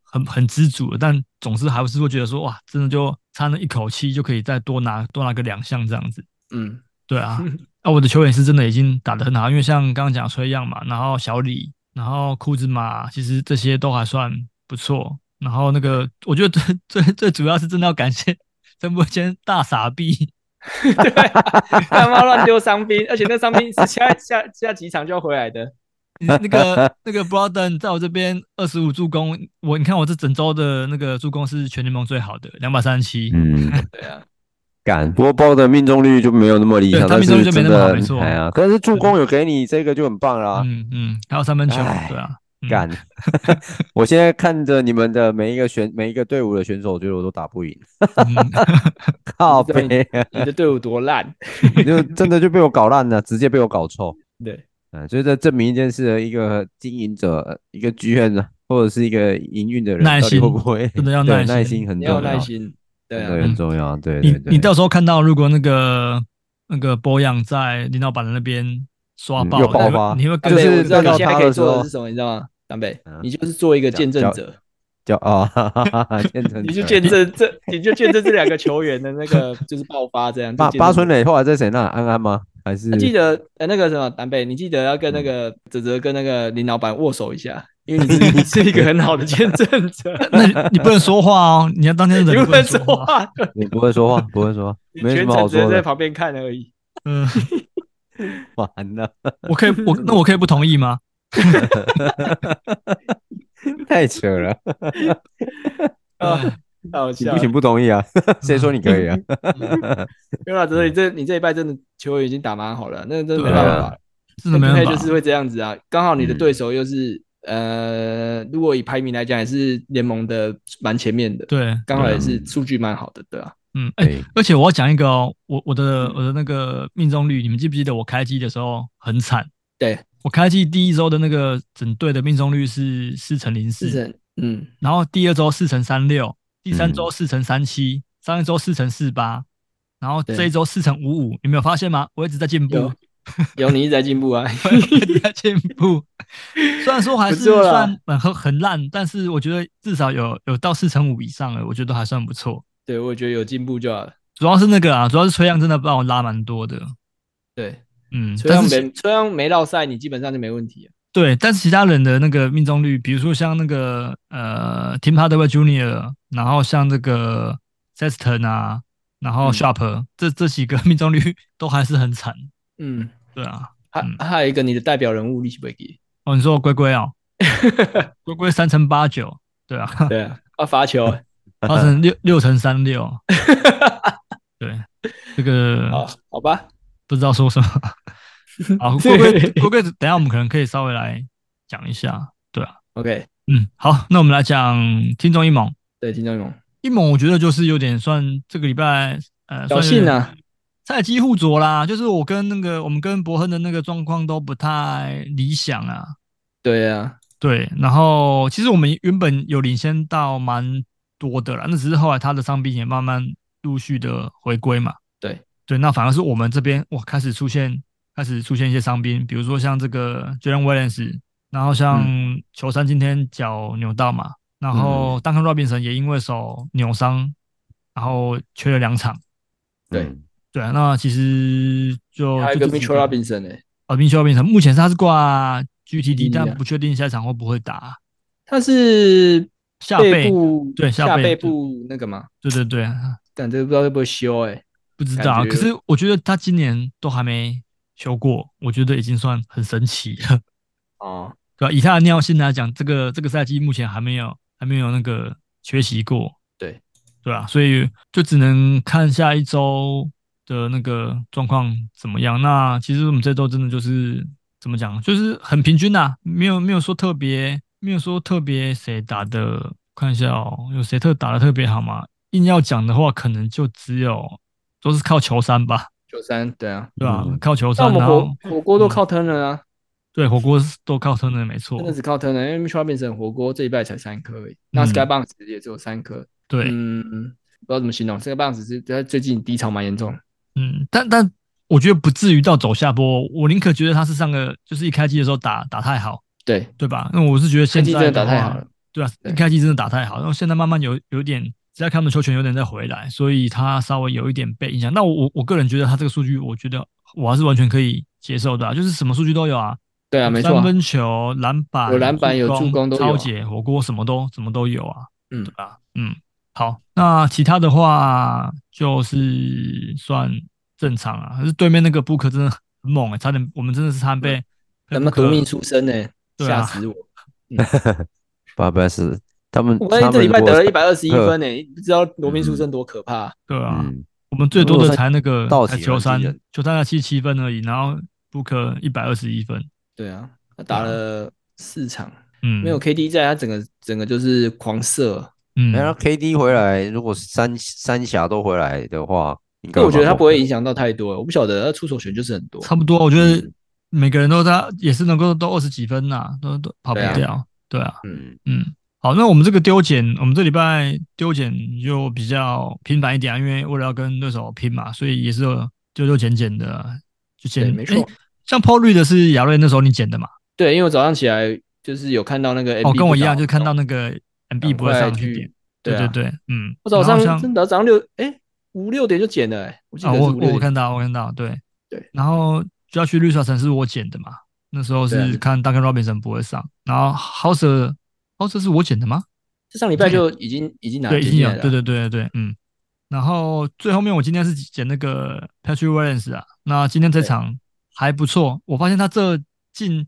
很知足了，但总是还是会觉得说哇，真的就差那一口气就可以再多拿个2项这样子。对啊，我的球员是真的已经打得很好，因为像刚刚讲崔样嘛，然后小李，然后库兹马，其实这些都还算不错。然后那个，我觉得最主要是真的要感谢陈柏谦大傻逼， 对，他妈乱丢伤兵，而且那伤兵是下几场就要回来的。 那个 Broden 在我这边25助攻，你看我这整周的那个助攻是全联盟最好的237。 对啊。 不过 Broden 命中率就没有那么理想， 他命中率就没那么好，没错。 可是助攻有给你这个就很棒啦。 还有3分球，对啊。 我现在看着你们的每一个队伍的选手，我觉得我都打不赢。靠北， 你的队伍多烂， 就真的就被我搞烂了，直接被我搞臭。 对， 所以这证明一件事的一个经营者，一个剧院或者是一个营运的人， 耐心会不会真的要耐心很重要， 要耐心，对啊， 很重要。对， 你到时候看到如果那个波样在林老板的那边刷爆， 又爆发， 你会跟就是知道你现在可以做的是什么，你知道吗？南北，你就是做一个见证者， 见证者， 你就见证这2个球员的那个就是爆发这样。 八村垒后来在谁那？安安吗？还是记得那个什么南北，你记得要跟那个泽泽跟那个林老板握手一下，因为你是一个很好的见证者。 那你不能说话哦，你要当见证者， 你不能说话， 你不会说话，没什么好说的， 在旁边看而已。 完了， 我可以不同意吗？ 太扯了好笑， 你不行不同意啊？谁说你可以啊？ 没有啦，你这一拜真的球员已经打蛮好了，那真的没办法， 真的没办法， 就是会这样子啊。刚好你的对手又是如果以排名来讲，也是联盟的蛮前面的， 对， 刚好也是数据蛮好的，对啊。 而且我要讲一个哦，我的那个命中率，你们记不记得我开机的时候很惨？ 对， 我开季第1周的那个整队的命中率是4成04，然后第2周4成36，第3周4成37，上一周4成48，然后这一周4成55，有没有发现吗？我一直在进步， 有你一直在进步啊， 一直在进步。虽然说还是算很烂，但是我觉得至少有到4成5以上了，我觉得还算不错。 对，我觉得有进步就好了。 主要是那个主要是崔样真的帮我拉蛮多的。 对。崔样没落赛，你基本上就没问题了。 对，但是其他人的那个命中率，比如说像那个Tim Hardaway Jr.， 然后像这个 Sexton 啊，然后 Sharp，这几个命中率都还是很惨。对啊。 还有一个你的代表人物，你是不会给？ 你说龟龟哦，龟龟3成89，对啊。 对啊，罚球罚成6成36。对，这个好吧。 不知道说什么。好，龟龟，等一下我们可能可以稍微来讲一下，对啊。 OK， 好，那我们来讲听众一盟。 对，听众一盟，我觉得就是有点算这个礼拜侥幸啊， 菜鸡互啄啦，就是我们跟伯亨的那个状况都不太理想啊。 对啊， 对，然后其实我们原本有领先到蛮多的啦，那只是后来他的伤病也慢慢陆续的回归嘛。对，那反而是我们这边开始出现一些伤兵，比如说像这个 Jalen Williams， 然后像球三今天脚扭到嘛，然后Duncan Robinson 也因为手扭伤，然后缺了2场。对啊，那其实还有一个 Mitchell Robinson Mitchell Robinson 目前他是挂 GTD， 但不确定下一场会不会打。 他是背部下背部那个嘛？ 对， 感觉不知道会不会休不知道，可是我觉得他今年都还没休过，我觉得已经算很神奇了。对吧？以他的尿性来讲，这个赛季目前还没有那个缺席过。对啊，所以就只能看下一周的那个状况怎么样。那其实我们这周真的就是怎么讲，就是很平均啊，没有说特别谁打的，看一下有谁打的特别好吗？硬要讲的话，可能就只有。都是靠球三吧， 球三对啊， 对吧？靠球三， 那我们火锅都靠Turner啊， 对，火锅都靠Turner没错， 真的只靠Turner，因为 Mitchell Robinson 火锅这一拜才3颗而已，那 Skybounce 也只有3颗， 对， 不知道怎么形容，Skybounce 是他最近低潮蛮严重的， 但我觉得不至于到走下坡，我宁可觉得他是就是一开机的时候打太好， 对吧？那我是觉得现在真的打太好了， 对啊，一开季真的打太好，然后现在慢慢有点，只要他们球权有点再回来，所以他稍微有一点被影响。那我个人觉得他这个数据，我觉得我还是完全可以接受的、就是什么数据都有啊， 对啊，没错、 三分球、篮板、 有篮板有助攻都有、 抄截、火锅什么都有啊。 嗯， 对啊，好，那其他的话就是算正常啊。可是对面那个布克真的很猛差点我们真的是差点被他们夺命出生吓死我。 巴贝斯他们， 我发现这礼拜得了121分不知道夺命出生多可怕。 对啊，我们最多的才那个才球三才77分而已，然后布克121分。 对啊，他打了4场，没有 KD 在，他整个就是狂射。 然后 KD 回来，如果三峡都回来的话，应该我觉得他不会影响到太多。我不晓得他出手权就是很多， 差不多。我觉得每个人都也是能够都20几分呐，都跑不掉。对啊，好，那我们这个丢捡，我们这礼拜丢捡就比较频繁一点因为为了要跟对手拼嘛，所以也是丢捡的，就捡。 没错， 像 Paul Reed 的是亚瑞那时候你捡的嘛？ 对，因为我早上起来就是有看到那个 MB 跟我一样，就看到那个 MB 不会上去点。对， 我早上真的早上5、6点就捡了我记得是5、6点。 我看到，对，然后就要去绿潮城是我捡的嘛，那时候是看Duncan Robinson 不会上，然后 Hauser 是我捡的吗？ 这上礼拜就已经拿对，已经有，对，然后最后面我今天是捡那个 Patrick Williams 啊，那今天这场还不错，我发现他这近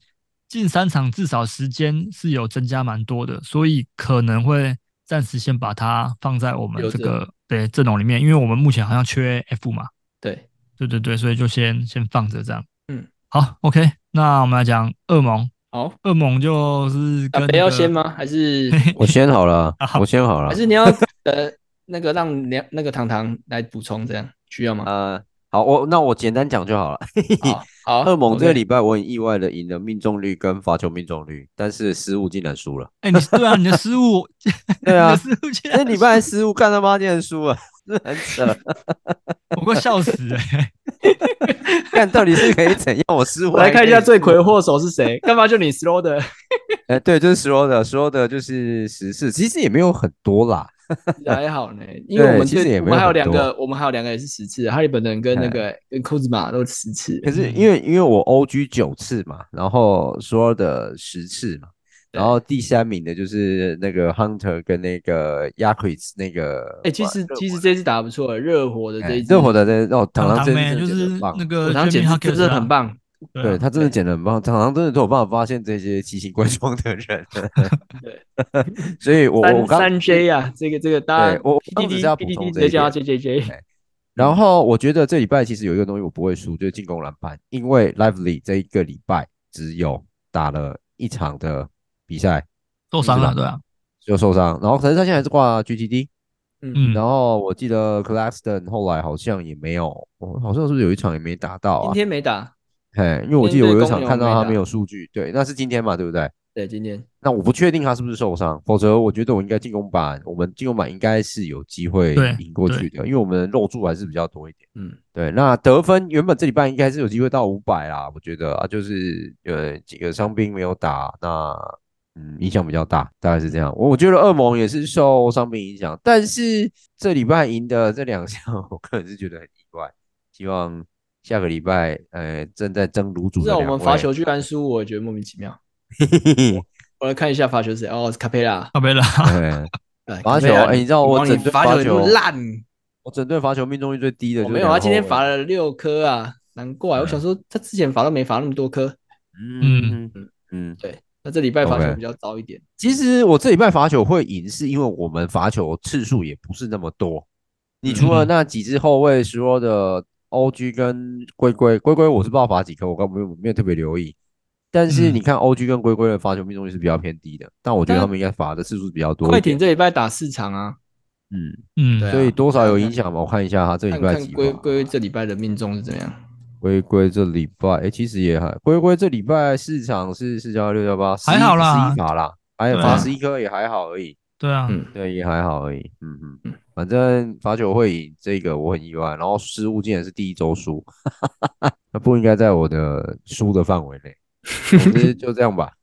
3场至少时间是有增加蛮多的，所以可能会暂时先把它放在我们这个阵容里面，因为我们目前好像缺 F 嘛。对，所以就先放着这样。好 ，OK， 那我们来讲恶魔。 好， 恶魔就是跟要先吗？还是我先好了？我先好了。 还是你要那个让那个糖糖来补充，这样需要吗？ 好，那我简单讲就好了。 好， 恶魔这个礼拜我很意外的赢了命中率跟罚球命中率，但是失误竟然输了。 对啊，你的失误， 对啊，这礼拜失误，看他妈竟然输了，这很扯。 我快笑死看到底是可以怎样？我失误。 我来看一下罪魁祸首是谁？干嘛就你 slow 的？ 对，就是 slow 的就是14，其实也没有很多啦。 还好呢，因为我们还有两个，也是10次，哈利本人跟那个跟库兹马都10次。 可是因为我 OG 9次嘛，然后说的10次嘛，然后第3名的就是那个 Hunter 跟那个 Yakuits 那个。 其实这次打得不错，热火的这一支， 热火的糖糖真的就是那个糖真的很棒。 对，他真的剪得很棒，常常真的都有办法发现这些奇形怪状的人。对，所以我刚 3J 啊，这个大家我刚只是要补充这一点， 直接叫他 JJJ。 然后我觉得这礼拜其实有一个东西我不会输，就是进攻篮板，因为 Lively 这一个礼拜只有打了1场的比赛受伤了，对啊， 就受伤，然后可是他现在还是挂 GTD。然后我记得 Claxton 后来好像也没有，好像是不是有一场也没打到啊？ 今天没打。 因为我记得我有一场看到他没有数据，对，那是今天嘛，对不对？ 对，今天。 那我不确定他是不是受伤，否则我觉得我应该我们进攻板应该是有机会赢过去的，因为我们肉柱还是比较多一点。对，那得分原本这礼拜应该是有机会到500啦，我觉得就是几个伤兵没有打，那影响比较大，大概是这样。我觉得恶魔也是受伤兵影响，但是这礼拜赢的这2项，我个人是觉得很意外，希望下个礼拜，正在争卤煮的2位， 我们罚球居然输，我觉得莫名其妙。我来看一下罚球是谁？是卡佩拉。 罚球，你知道我整队罚球烂， 我整队罚球命中率最低的。 没有，他今天罚了6颗啊，难怪。我想说他之前罚都没罚那么多颗。对，那这礼拜罚球比较糟一点。 其实我这礼拜罚球会赢，是因为我们罚球次数也不是那么多。你除了那几支后卫说的。OG 跟龟龟，我是不知道罚几颗，我刚没有特别留意。但是你看 OG 跟龟龟的罚球命中率是比较偏低的，但我觉得他们应该罚的次数比较多。 快艇这礼拜打4场啊， 所以多少有影响吧？我看一下他这礼拜几。 龟龟这礼拜的命中是怎么样？ 龟龟这礼拜，其实也还，龟龟这礼拜4场是4加6加8， 还好啦 ，11罚啦，还有罚11颗也还好而已。 对啊， 对，也还好而已。反正罚球会赢，这个我很意外。然后失误竟然是第1周输，那不应该在我的输的范围内。总之就这样吧。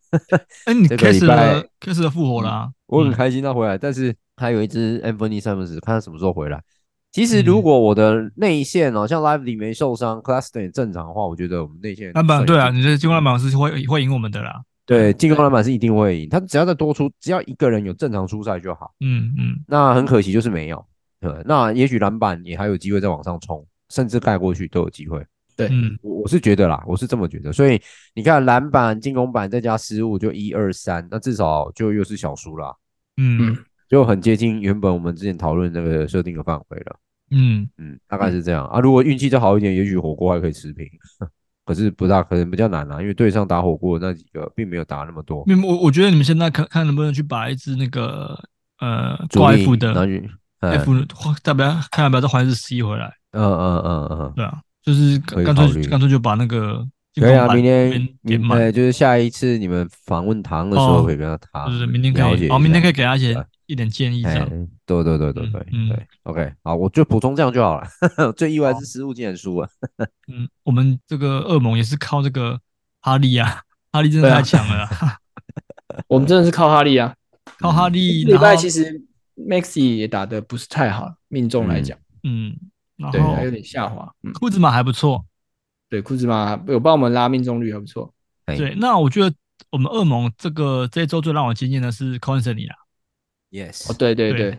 你这个礼拜 Kessler 复活啦， 我很开心他回来，但是还有一支 Anthony Simons， 看他什么时候回来。其实如果我的内线像 Lively 没受伤 ，Claxton 也正常的话，我觉得我们内线篮板对啊，你的进攻篮板是会赢我们的啦。 对，进攻篮板是一定会赢，他只要再多出，只要一个人有正常出赛就好。那很可惜就是没有。那也许篮板也还有机会再往上冲，甚至盖过去都有机会。 对， 我是觉得啦，我是这么觉得。所以你看篮板、进攻板再加失误就1、2、3，那至少就又是小输啦。就很接近原本我们之前讨论那个设定的范围了。大概是这样啊。如果运气再好一点，也许火锅还可以持平。可是可能比较难啦，因为队上打火锅的那几个并没有打那么多。 我觉得你们现在看能不能去把一支那个挂 F 的 F 代表看要不要再换一支 C 回来。对啊，就是干脆就把那个可以啊，明天就是下一次你们访问唐的时候可以跟他就是明天可以，明天可以给他一点建议这样。 对 ，OK， 好，我就补充这样就好了。最意外是失误竟然输了。 我们这个恶魔也是靠这个哈利啊，哈利真的太强了啊。 我们真的是靠哈利啊， 靠哈利。 礼拜其实 Maxi 也打得不是太好，命中来讲， 对， 还有点下滑。 库兹马还不错， 对，库兹马有帮我们拉命中率还不错。 对，那我觉得我们恶魔这一周最让我惊艳的是 Conley 啦。 Yes， 对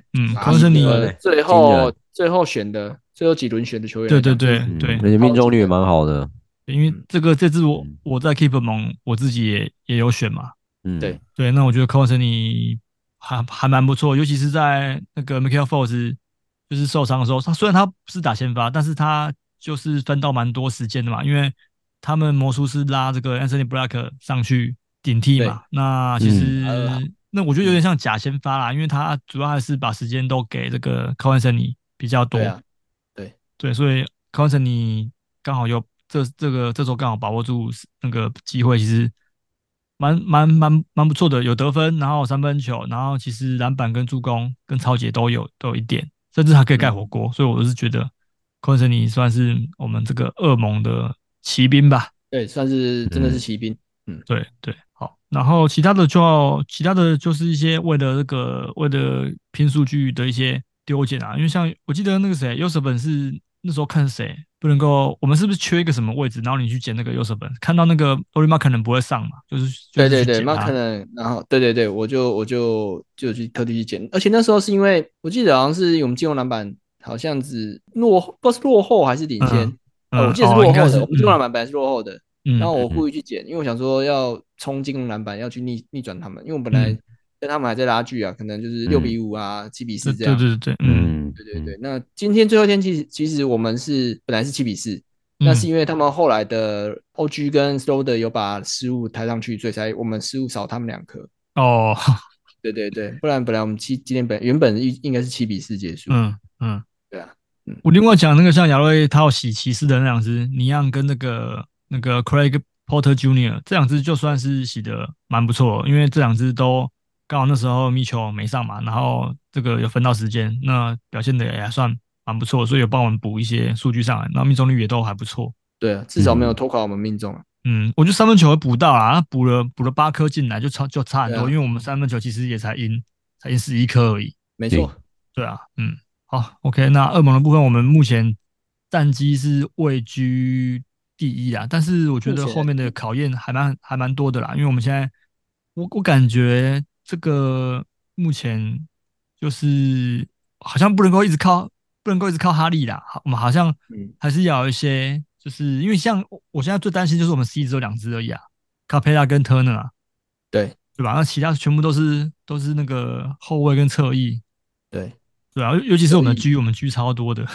Conley 最后选的最后几轮选的球员， 对， 而且命中率也蛮好的。 因为这支我在 Keeper 盟我自己也有选嘛。对，那我觉得 Conley 还蛮不错，尤其是在那个 Michael Fultz 就是受伤的时候，虽然他不是打先发，但是他就是分到蛮多时间的嘛，因为他们魔术师拉这个 Anthony Black 上去顶替嘛。那其实那我觉得有点像假先发啦，因为他主要还是把时间都给这个 Conley 比较多。对，所以 Conley 刚好有这周刚好把握住那个机会，其实蛮不错的，有得分，然后三分球，然后其实篮板跟助攻跟抄截都有一点，甚至还可以盖火锅。所以我是觉得 Conley 算是我们这个恶魔的骑兵吧。 对，算是真的是骑兵。 对，好。然后其他的就是一些为了拼数据的一些丢捡啊，因为像我记得那个谁优舍本是那时候看谁不能够，我们是不是缺一个什么位置，然后你去捡那个优舍本，看到那个 Lauri Markkanen 可能不会上嘛， 对 Markkanen， 然后对，我就去特地去捡，而且那时候是因为我记得好像是我们进攻篮板好像是不知道是落后还是领先，我记得是落后的，我们进攻篮板本来是落后的。然后我故意去捡，因为我想说要冲进攻篮板，要去逆转他们，因为我本来跟他们还在拉锯啊，可能就是6-5啊，7-4这样。对。那今天最后一天其实我们本来是7-4，那是因为他们后来的 OG 跟 Schroeder 有把失误抬上去，所以才我们失误少他们2颗。对，不然本来我们今天原本应该是7-4结束。对啊。 我另外讲那个像亚瑞他要洗骑士的那2只尼昂跟那个 Craig Porter Jr. 这2只就算是洗的蛮不错，因为这2只都刚好那时候米球没上嘛，然后这个有分到时间，那表现的也还算蛮不错，所以有帮我们补一些数据上来，然后命中率也都还不错。 对啊，至少没有拖垮我们命中啊。 我觉得三分球会补到啦，他补了8颗进来就差很多，因为我们三分球其实也才赢11颗而已。 没错。 对啊，好 ，OK， 那恶魔的部分我们目前战绩是位居第1啊，但是我觉得后面的考验还蛮多的啦，因为我们现在我感觉这个目前就是好像不能够一直靠哈利啦，我们好像还是要有一些，就是因为像我现在最担心就是我们 C 只有2只而已啊，卡佩拉跟 Turner 啊， 对吧？那其他全部都是那个后卫跟侧翼， 对啊，尤其是我们的 G， 我们 G 超多的，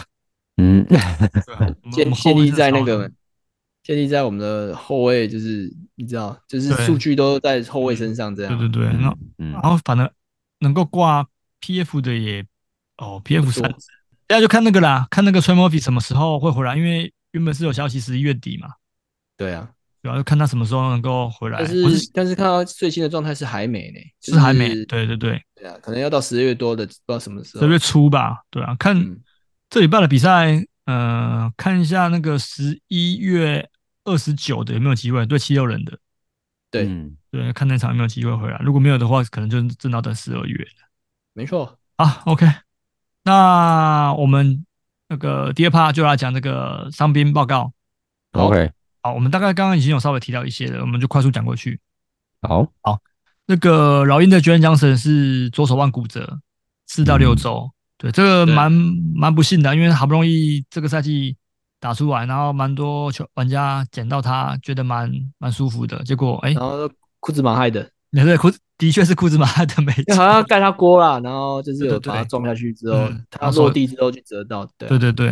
建立在我们的后卫，就是你知道，就是数据都在后卫身上这样。 对，然后反正能够挂 PF 的也PF 3，大家就看那个啦，看那个 Trey Murphy 什么时候会回来，因为原本是有消息11月底嘛。 对啊， 就看他什么时候能够回来。 但是看到最新的状态是还没呢， 是还没。对啊，可能要到10月多的，不知道什么时候。 10月初吧，对啊，看这礼拜的比赛，看一下那个11月29的有没有机会对76人的。 对， 对，看那场有没有机会回来。如果没有的话，可能就真的要等12月了。 没错。 好 ，OK，那我们那个第二 part 就来讲这个伤兵报告。 OK， 好，我们大概刚刚已经有稍微提到一些了，我们就快速讲过去。 好， 那个老鹰的 Jalen Johnson 是左手腕骨折，4到6周。对，这个蛮不幸的，因为好不容易这个赛季打出来，然后蛮多玩家捡到他，觉得蛮舒服的。结果然后库兹马害的， 对，的确是库兹马害的没错， 好像盖他锅啦，然后就是有把他撞下去之后，他落地之后就折到。对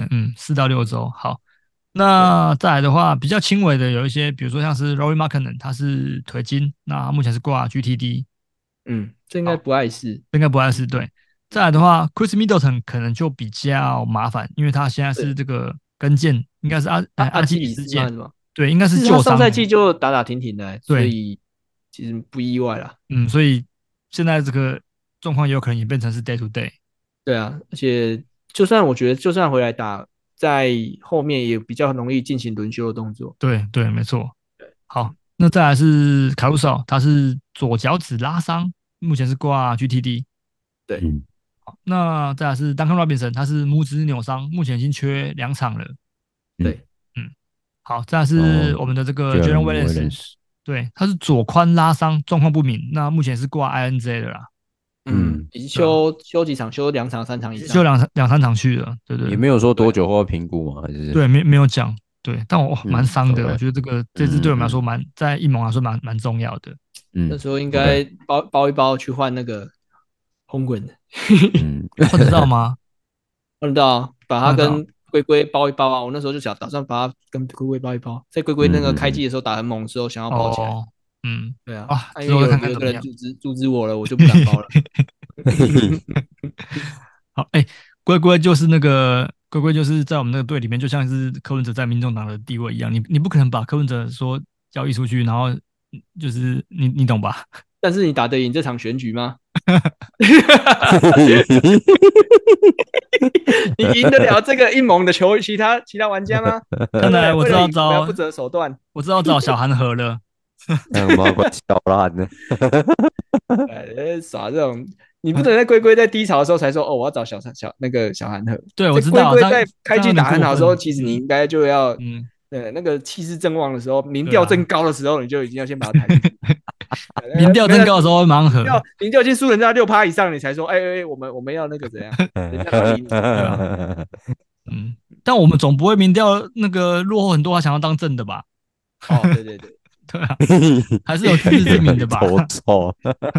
，4到6周。好，那再来的话，比较轻微的有一些，比如说像是 Rory McKinnon，他是腿筋，那目前是挂 GTD。 这应该不碍事， 对。再来的话 ，Chris Middleton 可能就比较麻烦，因为他现在是这个跟腱，应该是阿基里斯腱，对，应该是旧伤。 上赛季就打停的，所以其实不意外啦。 所以现在这个状况也有可能演变成是 day to day。 对啊，而且我觉得就算回来打，在后面也比较容易进行轮休的动作。 对，没错。好，那再来是卡鲁索，他是左脚趾拉伤，目前是挂 GTD。 对。 好，那再来是 Duncan Robinson，他是拇指扭伤，目前已经缺2场了。 对， 好，再来是我们的这个 Jalen Williams，对，他是左髋拉伤，状况不明，那目前是挂 INJ 的啦。 已经休几场，休2场3场以上， 休2、3场去了，对， 也没有说多久后要评估嘛，还是对，没有讲，对，但我蛮伤的，我觉得这支对我们来说在一盟来说蛮重要的。 那时候应该包一包去换那个红滚的， 换得到吗？ 换得到，把它跟龟龟包一包啊！我那时候就打算把它跟龟龟包一包，在龟龟那个开季的时候打很猛的时候，想要包起来。对啊，因为有一个人阻止我了，我就不敢包了。 好，龟龟就是那个龟龟，就是在我们那个队里面，就像是柯文哲在民众党的地位一样，你不可能把柯文哲说交易出去，然后就是你懂吧？ 但是你打得赢这场选举吗？你赢得了这个一盟的其他玩家吗？ 看来我知道找不择手段， 我知道找小韩和了。 妈怪小烂的， 耍这种，你不能在龟龟在低潮的时候才说我要找那个小韩和。 对，我知道。 龟龟在开季打很好的时候，其实你应该就要那个气势正旺的时候，民调正高的时候，你就已经要先把它抬进去。 民调正高的时候盲盒， 民调已经输人家6%以上，你才说我们要那个怎样？人家理你。 但我们总不会民调那个落后很多，还想要当正的吧？ 对。 对啊，还是有自知之明的吧？ 错。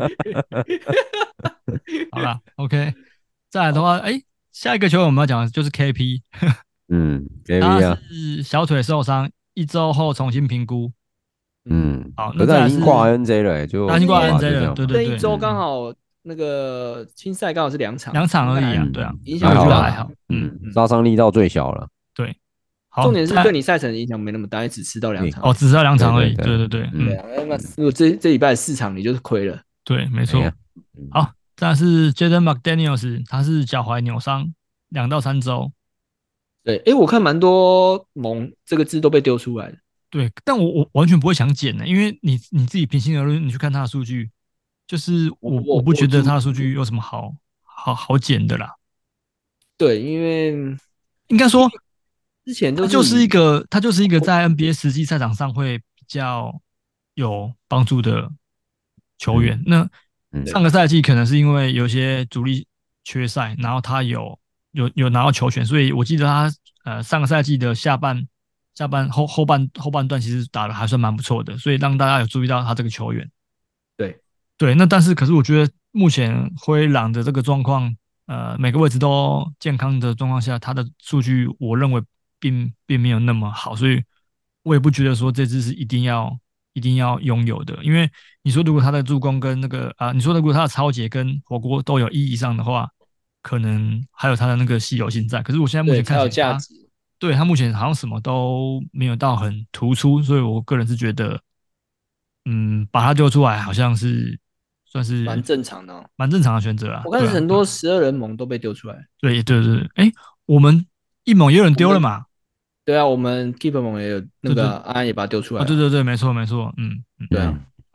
好啦 OK， 再来的话，下一个球员我们要讲的就是 KP。 KP 他是小腿受伤，1周后重新评估。好，那他已经挂 NJ 了， 他已经挂 NJ 了，对。 这1周刚好那个青赛刚好是2场而已啊，对啊， 影响不大，还好。 杀伤力到最小了。 对。 重点是对你赛程的影响没那么大，只吃到2场。 只吃到2场而已。对。 那如果这礼拜4场，你就是亏了。 对，没错。好，再来是 Jaden McDaniels， 他是脚踝扭伤，2到3周。 对，我看蛮多盟这个字都被丢出来了。 对，但我完全不会想捡的，因为你自己平心而论，你去看他的数据，就是我不觉得他的数据有什么好捡的啦。 对，因为应该说。 之前他就是一个在 NBA 实际赛场上会比较有帮助的球员。那上个赛季可能是因为有些主力缺赛，然后他有拿到球权，所以我记得他上个赛季的下半后半段其实打得还算蛮不错的，所以让大家有注意到他这个球员。对，那但是可是我觉得目前灰狼的这个状况，每个位置都健康的状况下，他的数据我认为并没有那么好，所以我也不觉得说这支是一定要拥有的。因为你说如果他的助攻跟那个你说如果他的抄截跟火锅都有1以上的话，可能还有他的那个稀有性在。可是我现在目前看起来他目前好像什么都没有到很突出，所以我个人是觉得，把他丢出来好像是算是蛮正常的选择啊。 我看很多12人盟都被丢出来。 对，我们一盟也有人丢了嘛？ 对啊，我们 Keeper 盟也有那个安安也把它丢出来。 对，没错。 对啊。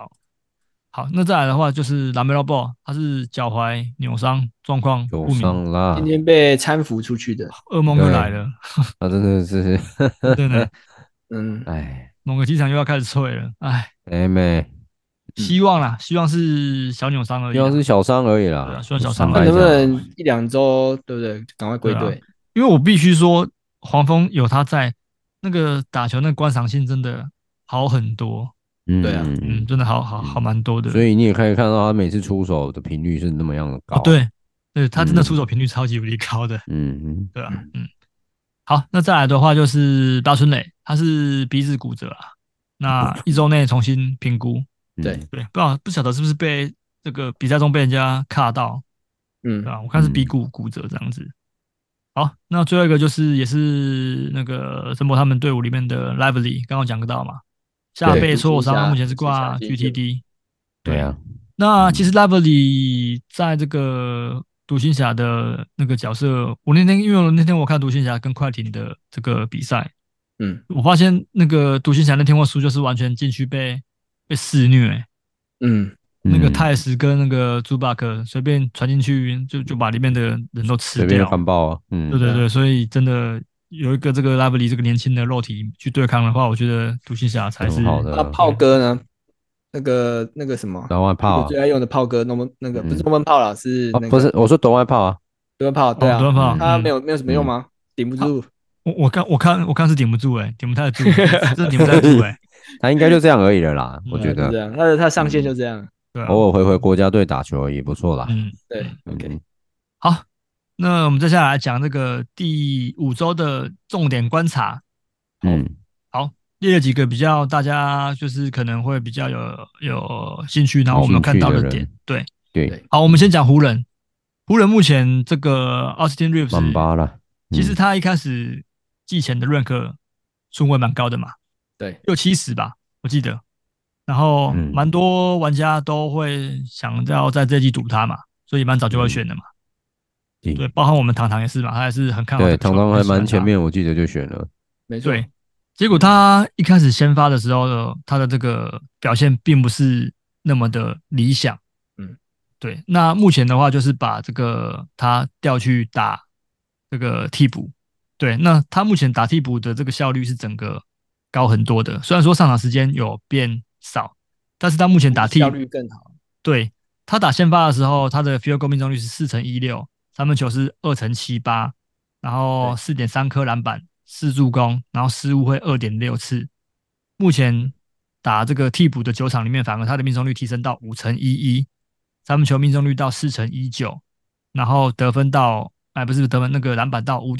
好，那再来的话就是 LaMelo Ball， 他是脚踝扭伤状况不明， 有伤啦， 今天被搀扶出去的， 噩梦又来了。 他真的是， 真的， 哎， 某个机场又要开始脆了，哎， 妹， 希望啦，希望是小扭伤而已， 希望是小伤而已啦， 对啊，希望小伤， 看能不能1-2周，对不对？赶快归队， 因为我必须说，黄蜂有他在，那个打球那个观赏性真的好很多。 对啊， 真的好蛮多的。 所以你也可以看到他每次出手的频率是那么样的高。 哦，对，他真的出手频率超级无敌高的。对啊，好，那再来的话就是八村垒，他是鼻子骨折啊，那1周内重新评估。 对， 不晓得是不是被这个比赛中被人家卡到，对吧？我看是鼻骨折这样子。好，那最后一个就是也是那个申博他们队伍里面的 Lively， 刚刚讲到嘛。下背挫伤，目前是挂 GTD。 对啊， 那其实 Lively 在这个独行侠的那个角色，因为那天我看独行侠跟快艇的这个比赛，我发现那个独行侠那天我输就是完全禁区被肆虐，那个泰斯跟那个朱巴克随便传进去就把里面的人都吃掉， 随便干爆啊， 对，所以真的。有一个这个 Lively 这个年轻的肉体去对抗的话，我觉得独行侠才是好的。 那炮哥呢？那个什么？ 短外炮， 我最爱用的炮哥，那个不是中门炮啦，是那个不是，我说短外炮啊， 短外炮，对啊， 短外炮， 他没有什么用吗？顶不住。 我看是顶不住顶不太住，真顶不太住他应该就这样而已了啦，我觉得。 这样，他上限就这样， 偶尔回国家队打球也不错啦。 对 ，OK， 好。那我们接下来讲这个第5周的重点观察。好，列了几个比较大家就是可能会比较有兴趣，然后我们有看到的点。对，好，我们先讲湖人。湖人目前这个 Austin Reeves 满八了， 其实他一开始季前的 rank 顺位蛮高的嘛， 对 ，60-70吧，我记得。然后蛮多玩家都会想要在这季赌他嘛，所以蛮早就会选的嘛。对，包含我们糖糖也是嘛，他也是很看好。 对，糖糖还蛮前面，我记得就选了。 没错。 结果他一开始先发的时候，他的这个表现并不是那么的理想。对。那目前的话，就是把这个他调去打这个替补。对，那他目前打替补的这个效率是整个高很多的。虽然说上场时间有变少，但是他目前打替补效率更好。 对，他打先发的时候，他的 field goal 命中率是4成16%。三分球是2成78%，然后4.3颗篮板，4助攻，然后失误会2.6次。目前打这个替补的9场里面，反而他的命中率提升到5成11%，三分球命中率到4成19%，然后得分到不是得分，那个篮板到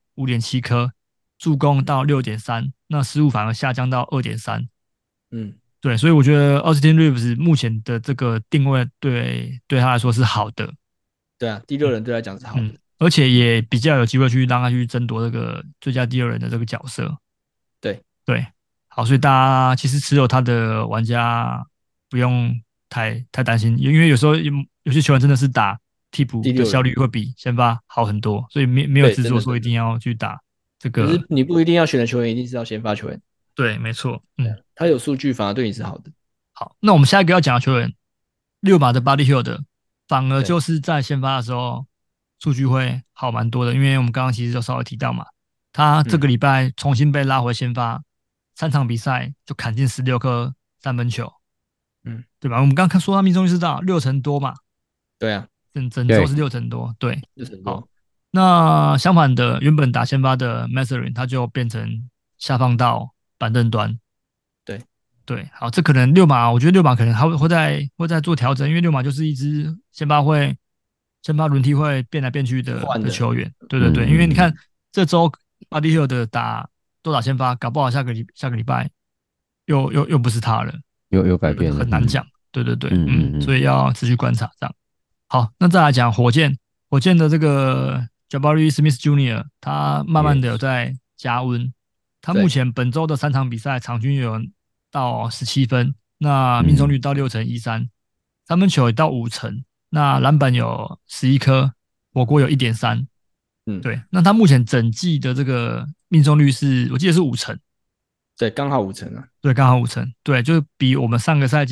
5.7颗，助攻到6.3，那失误反而下降到2.3。对，所以我觉得 Austin Reeves 目前的这个定位对他来说是好的。 对啊，第6人对他讲是好的， 而且也比较有机会去让他去争夺这个最佳第2人的这个角色。对，好，所以大家其实持有他的玩家不用太担心，因为有时候有些球员真的是打替补的效率会比先发好很多，所以没有制作说一定要去打这个。 可是你不一定要选的球员一定是要先发球员。 对，没错， 他有数据反而对你是好的。 好，那我们下一个要讲的球员，溜马的 Buddy Hield。反而就是在先发的时候，数据会好蛮多的，因为我们刚刚其实就稍微提到嘛，他这个礼拜重新被拉回先发，3场比赛就砍进16颗三分球，对吧？我们刚刚说他命中率是到6成多嘛， 对啊， 整周是6成多，对 ，6成多。 好，那相反的，原本打先发的 Mathurin 他就变成下放到板凳端。对，好，这可能我觉得六马可能还会再做调整，因为六马就是一支先发轮替会变来变去的球员。对，因为你看这周Buddy Hield的都打先发，搞不好下个礼拜又不是他了， 有改变了， 很难讲。对，所以要持续观察这样。好，那再来讲火箭的这个 Jabari Smith Jr.， 他慢慢的有在加温，他目前本周的3场比赛场均有到17分，那命中率到6成13%，三分球也到5成，那篮板有11颗，火锅有1.3。对，那他目前整季的这个命中率我记得是5成。 对，刚好5成啊。 对，刚好5成。对，就是比我们上个赛季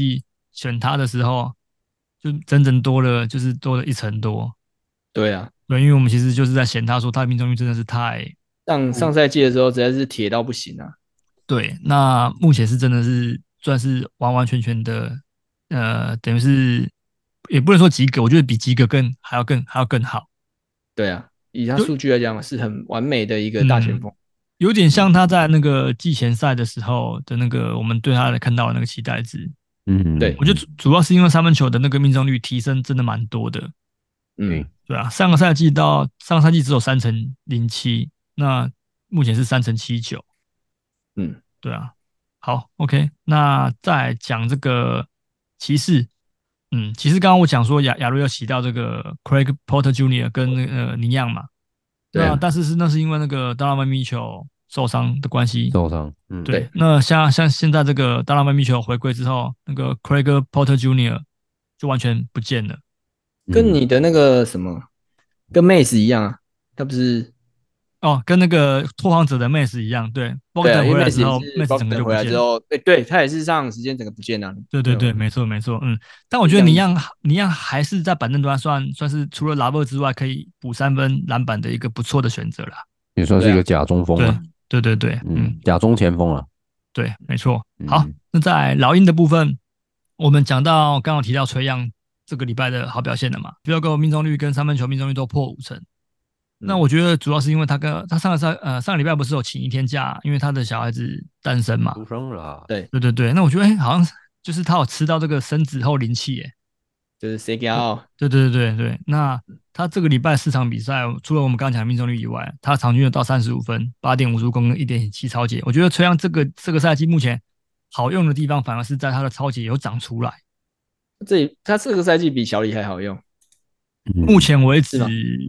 选他的时候，就整整多了1成多。 对啊， 对，因为我们其实就是在嫌他说他的命中率真的是太上赛季的时候实在是铁到不行啊。 对，那目前是真的是算是完完全全的，等于是也不能说及格，我觉得比及格还要更好。 对啊，以他数据来讲是很完美的一个大前锋， 有点像他在那个季前赛的时候的那个我们对他看到的那个期待值。 对， 我觉得主要是因为三分球的那个命中率提升真的蛮多的。对啊，上个赛季只有3.07%，那目前是3.79%。对啊。好 ，OK， 那再讲这个骑士。骑士刚刚我讲说亚瑞要提到这个 Craig Porter Jr. 跟尼样嘛。对啊，但是那是因为那个 Donovan Mitchell 受伤的关系。对。那像现在这个 Donovan Mitchell 回归之后，那个 Craig Porter Jr. 就完全不见了。 跟你的那个什么，跟 Mace 一样啊，他不是跟那个拓荒者的 Mace 一样，对。 对， 回来之后 ，Mace 整个就不见了。 对，他也是上场时间整个不见了。 对，没错。但我觉得尼样还是在板凳端算是除了拉伯之外可以补3分篮板的一个不错的选择啦。 也算是一个假中锋了。 对， 假中前锋了。 对，没错。好，那在老鹰的部分，我们讲到刚刚提到崔样这个礼拜的好表现了嘛，field goal命中率跟三分球命中率都破50%。那我觉得主要是因为他上个礼拜不是有请1天假，因为他的小孩子诞生嘛， 出生了。 对。 那我觉得好像就是他有吃到这个生子后灵气耶， 就是谁给他？ 对。那他这个礼拜4场比赛，除了我们刚刚讲的命中率以外，他场均有到35分、8.5助攻跟1.7抄截。我觉得崔样这个赛季目前好用的地方，反而是在他的抄截有长出来。 他这个赛季比小李还好用。 目前为止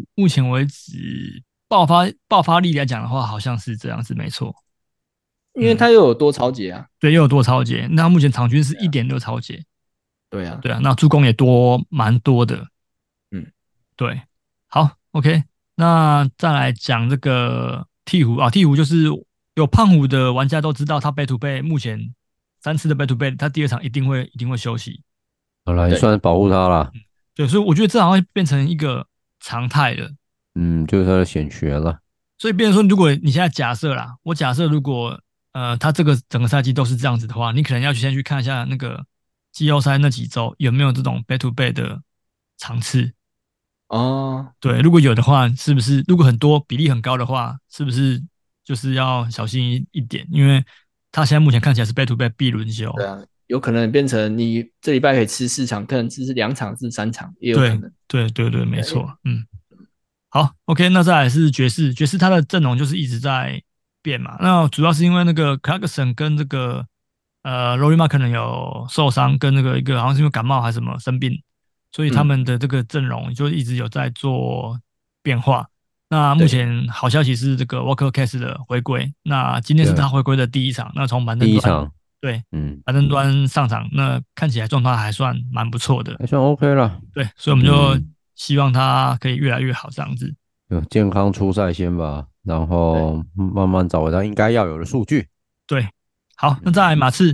爆发力来讲的话，好像是这样子，没错。 因为他又有多抄截啊。 对，又有多抄截。那他目前场均是1.6抄截。 对啊， 那助攻也蛮多的。对。好 ，OK， 那再来讲这个鹈鹕啊，鹈鹕就是有胖虎的玩家都知道，他 back to back 目前3次的 back to back， 他第2场一定会休息。 好了，也算是保护他了。 对，所以我觉得这好像变成一个常态了。 就是他的显学了。 所以变成说，如果你现在假设如果他这个整个赛季都是这样子的话，你可能要先去看一下那个季后赛那几周有没有这种 back to back 的场次。对，如果有的话，是不是如果很多比例很高的话，是不是就是要小心一点？因为他现在目前看起来是 back to back 必轮休。 对啊，有可能变成你这礼拜可以吃4场，可能只是2场至3场，也有可能。 对，没错。好 ，OK， 那再来是爵士他的阵容就是一直在变嘛。那主要是因为那个 Clarkson 跟这个Lauri Markkanen 可能有受伤，跟那个一个好像是因为感冒还是什么生病，所以他们的这个阵容就一直有在做变化。那目前好消息是这个 Walker Kessler 的回归，那今天是他回归的第1场，那从板凳端第1场。 对，板凳端上场，那看起来状态还算蛮不错的， 还算 OK 了。 对，所以我们就希望他可以越来越好，这样子。 健康出赛先吧，然后慢慢找回他应该要有的数据。 对，好，那再来马刺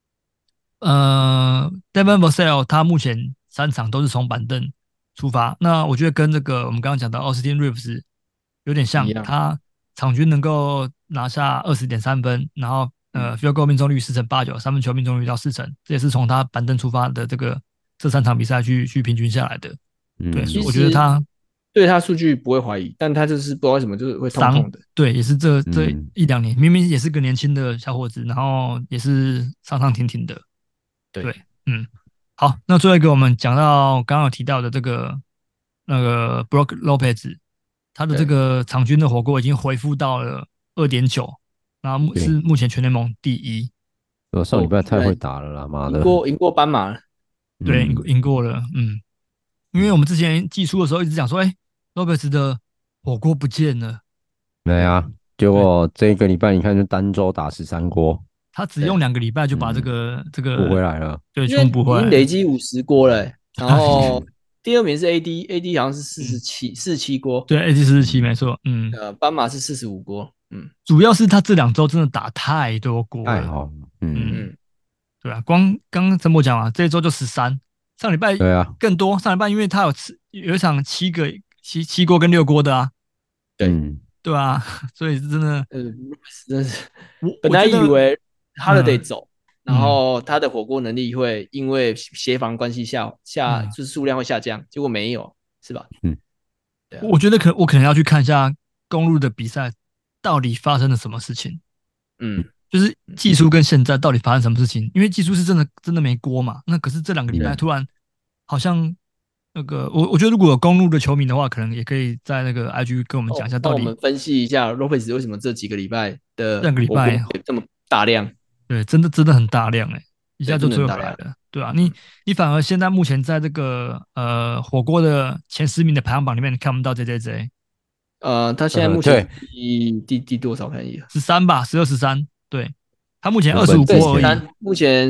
，Devin Vassell 他目前3场都是从板凳出发，那我觉得跟这个我们刚刚讲到 Austin Reeves 有点像，他场均能够拿下20.3分，然后field goal 命中率4.89%，三分球命中率到4成，这也是从他板凳出发的这3场比赛去平均下来的。对，我觉得他对他数据不会怀疑，但他就是不知道为什么就是会痛痛的。 对，也是这1-2年，明明也是个年轻的小伙子，然后也是上停停的。对，好，那最后一个我们讲到刚刚有提到的这个那个 Brook Lopez， 他的这个场均的火锅已经恢复到了2.9，然后是目前全联盟第1。 上礼拜太会打了啦，妈的， 赢过斑马了。 对，赢过了。因为我们之前季初的时候一直讲说，Lopez 的火锅不见了。 对啊，结果这个礼拜你看就单周打13锅， 他只用2个礼拜就把这个补回来了。 对，全部补回来， 已经累积50锅了。然后第2名是 AD 好像是47锅。 对 ，AD 47没错。 斑马是45锅。 主要是他这2周真的打太多锅了。 太好了。 对啊，光刚刚陈博讲嘛，这一周就13，上礼拜对啊更多，上礼拜因为他有一场七锅跟6锅的啊，对啊，所以真的， 真是，本来我觉得以为他的得走，然后他的火锅能力会因为协防关系就是数量会下降，结果没有，是吧？ 对啊，我觉得我可能要去看一下公路的比赛到底发生了什么事情，就是技术跟现在到底发生什么事情，因为技术是真的没锅嘛，那可是这2个礼拜突然好像那个我觉得如果有公路的球迷的话，可能也可以在那个 IG 跟我们讲一下到底， 帮我们分析一下 Lopez 为什么这几个礼拜的 2个礼拜这么大量， 对，真的很大量一下就追回来了，对啊，你反而现在目前在这个火锅的前10名的排行榜里面，你看不到 JJJ。 他现在目前第多少？看一下 ，13吧，12、13，对，他目前25锅而已， 目前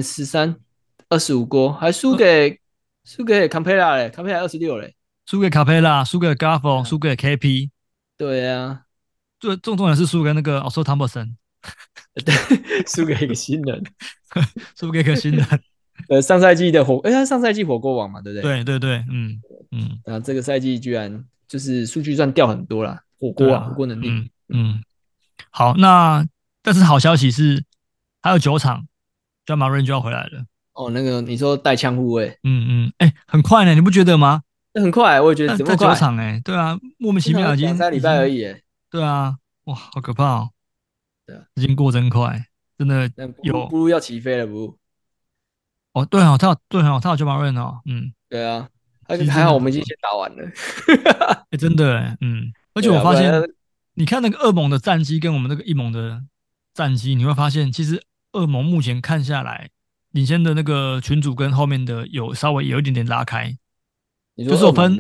13、25锅，还输给 Campera 嘞，Campera 26嘞， 输给 Capella， 输给 Gaffo， 输给 KP， 对啊， 最重要的是输给那个 Oscar Thompson， 对，输给一个新人， 输给一个新人， 上赛季的他上赛季火锅王嘛，对不对？对， 然后这个赛季居然就是数据算掉很多啦，火锅能力， 好，但是好消息是，还有9场 ，John Moran 就要回来了。 哦，那个你说带枪护卫， 很快呢，你不觉得吗？ 很快，我也觉得怎么快？ 这9场对啊，莫名其妙已经 2-3礼拜而已对啊，哇，好可怕哦！ 对啊， 时间过真快，真的有不要起飞了不？ 哦，对哦，他有John Moran哦， 对啊，还好我们已经先打完了， 真的而且我发现，你看那个恶魔的战绩跟我们那个一盟的战绩，你会发现其实恶魔目前看下来，领先的那个群组跟后面的稍微有一点点拉开，就是我分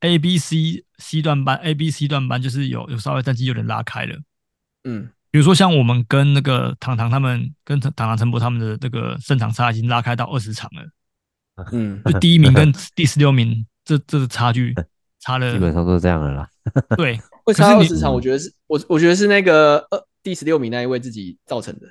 A、B、C 段班 ，A、B、C 段班就是有稍微战绩有点拉开了，比如说像我们跟那个糖糖他们，跟糖糖陈博他们的那个胜场差已经拉开到20场了，就第1名跟第16名这个差距差了， 基本上都是这样的啦。 对， 会差20场，我觉得是那个第16名那一位自己造成的。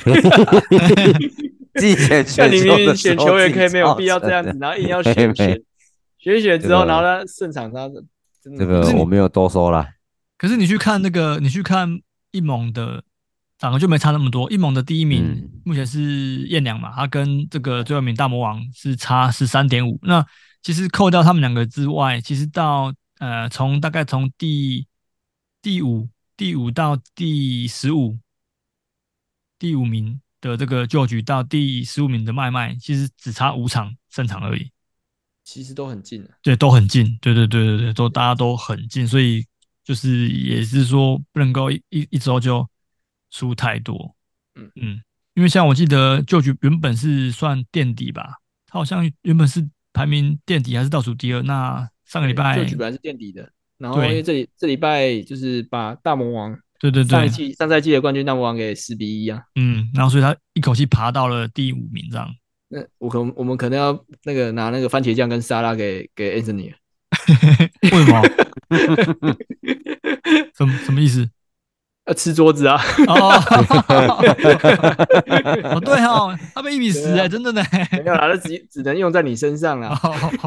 自己选球员可以没有必要这样子，然后硬要选之后，然后他胜场他这个我没有多说啦。 可是你去看一盟的，反而就没差那么多。一盟的第1名目前是彦良嘛，他跟这个最后一名大魔王是差13.5。那其实扣掉他们2个之外，其实到大概从第5到第15名的这个旧局到第15名的麦，其实只差5场胜场而已。 其实都很近对，都很近。对，大家都很近，所以就是也是说不能够一周就输太多。因为像我记得旧局原本是算垫底吧，他好像原本是排名垫底还是倒数第2。那上个礼拜旧局本来是垫底的，然后因为这礼拜就是把大魔王对上赛季的冠军大魔王给10-1啊。 然后所以他一口气爬到了第5名这样。 那我们可能要拿那个番茄酱跟沙拉给 Anthony。 为什么？什么意思？ 要吃桌子啊！ 对哦，他被1-10真的呢。 没有啦，那只能用在你身上啦。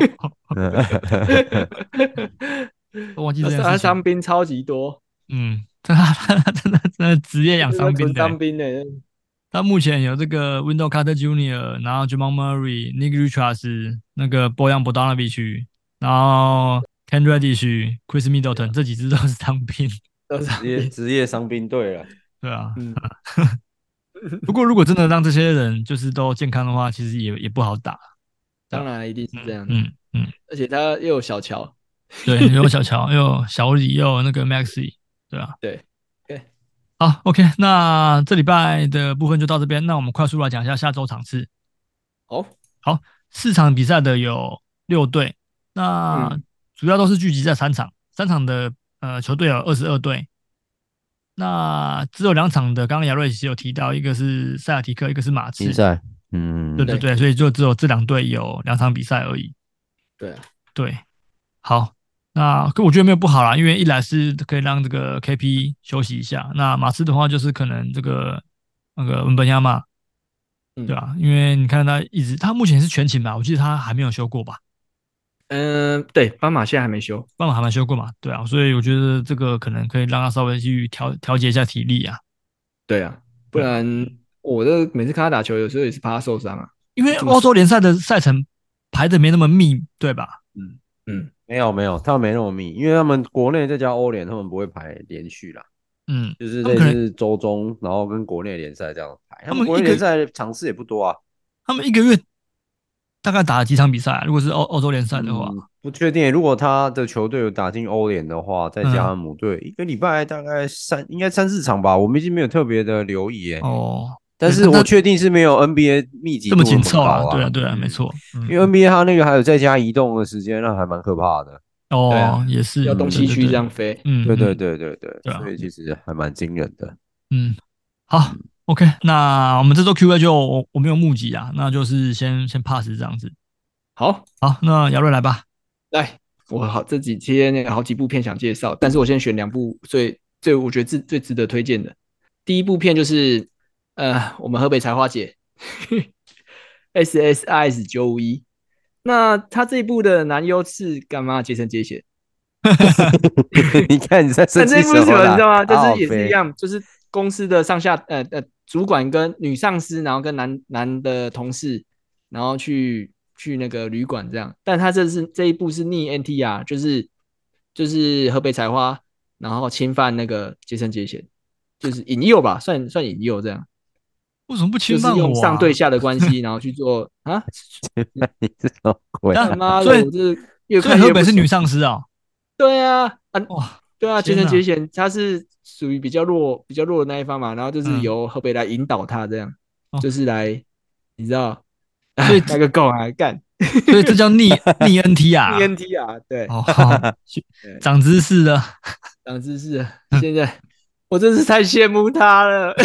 我忘记这件事情。 他伤兵超级多。 他真的职业养伤兵的。 伤兵的。 他目前有这个 Wendell Carter Jr.， 然后 Jamal Murray、Nick Richards、那个 Bojan Bogdanovic， 然后 Ken Reddish、Chris Middleton 这几支都是伤兵。 职业伤兵队了， 对啊，不过如果真的让这些人就是都健康的话，其实也不好打。 当然一定是这样的，而且他又有小乔， 对，又有小乔，又有小李，又有那个 Maxi， 对啊， 对， 好 ，OK， 那这礼拜的部分就到这边，那我们快速来讲一下下周场次。好，4场比赛的有6队，那主要都是聚集在3场的。球队有22队，那只有2场的，刚刚亚瑞其实有提到，一个是塞尔提克，一个是马刺。 赛， 对，所以就只有这2队有2场比赛而已。对，好，那我觉得没有不好啦，因为一来是可以让这个 KP 休息一下，那马刺的话就是可能这个那个文本亚马对啊，因为你看他目前是全勤吧，我记得他还没有休过吧？ 对，斑马现在还没休， 斑马还没休过嘛？对啊，所以我觉得这个可能可以让他稍微去调节一下体力啊。 对啊，不然我每次看他打球，有时候也是怕他受伤啊。 因为欧洲联赛的赛程排的没那么密，对吧？ 没有，他们没那么密，因为他们国内再加欧联，他们不会排连续啦。就是类似周中，然后跟国内联赛这样排。他们国内联赛场次也不多啊。 他们一个月大概打了几场比赛啊？如果是欧洲联赛的话， 不确定。如果他的球队有打进欧联的话，再加上母队，一个礼拜大概应该3-4场吧。我们已经没有特别的留意但是我确定是没有 NBA 密集度这么紧凑啊。 对啊，没错。 因为 NBA 它那个还有在家移动的时间，那还蛮可怕的。 对啊， 也是要东西区这样飞。 对，所以其实还蛮惊人的。 好，OK， 那我们这周 Q&A 就我没有募集啊，那就是先 pass 这样子。 好， 那姚瑞来吧。 来，我这几天好几部片想介绍，但是我先选2部我觉得最值得推荐的。第一部片就是我们河北采花姐SSIS 951。那他这一部的男优是干妈结成结弦。 你看你在设计什么？ 这一部是什么你知道吗？就是也是一样，就是公司的上下主管跟女上司，然后跟男的同事，然后去那个旅馆这样。但他这一部是逆 NTR，就是河北采花，然后侵犯那个结成结弦，就是引诱吧，算引诱这样。 为什么不侵犯我？ 就是用上对下的关系，然后去做啊？ 你这什么鬼？ 妈的，我这越看越河北是女上司啊？ 对啊， 哇， 对啊，结成结弦他是属于比较弱的那一方嘛，然后就是由河北来引导他这样，就是来你知道，所以那个狗来干， 所以这叫逆 NT 啊， 逆 NT 啊，对， 长知识了， 长知识了，现在。我真是太羡慕他了，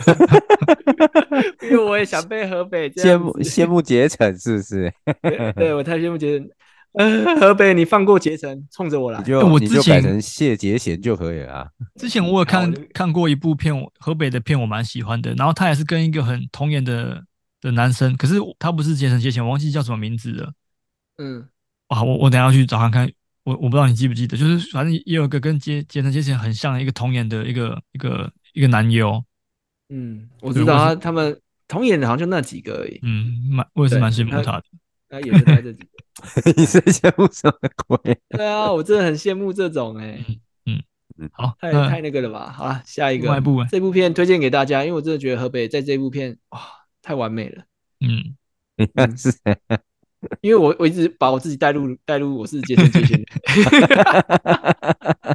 因为我也想被河北这样羡慕结成是不是？ 对，我太羡慕结成。河北，你放过结成，冲着我来。 你就改成谢结弦就可以了啊。 之前我有看过一部片，河北的片我蛮喜欢的，然后他也是跟一个很童颜的男生，可是他不是结成结弦，我忘记叫什么名字了。我等一下要去找看看。我不知道你记不记得，就是反正也有一个跟结成结弦很像的一个童颜的一个男优。 我知道他们童颜的好像就那几个而已。 我也是蛮羡慕他的。 他也是在这几个。 你是羡慕什么鬼？ 对啊，我真的很羡慕这种好， 太那个了吧？好了，下一个这部片推荐给大家，因为我真的觉得河北在这部片哇太完美了。 是。 因为我一直把我自己带入我是结成结弦的。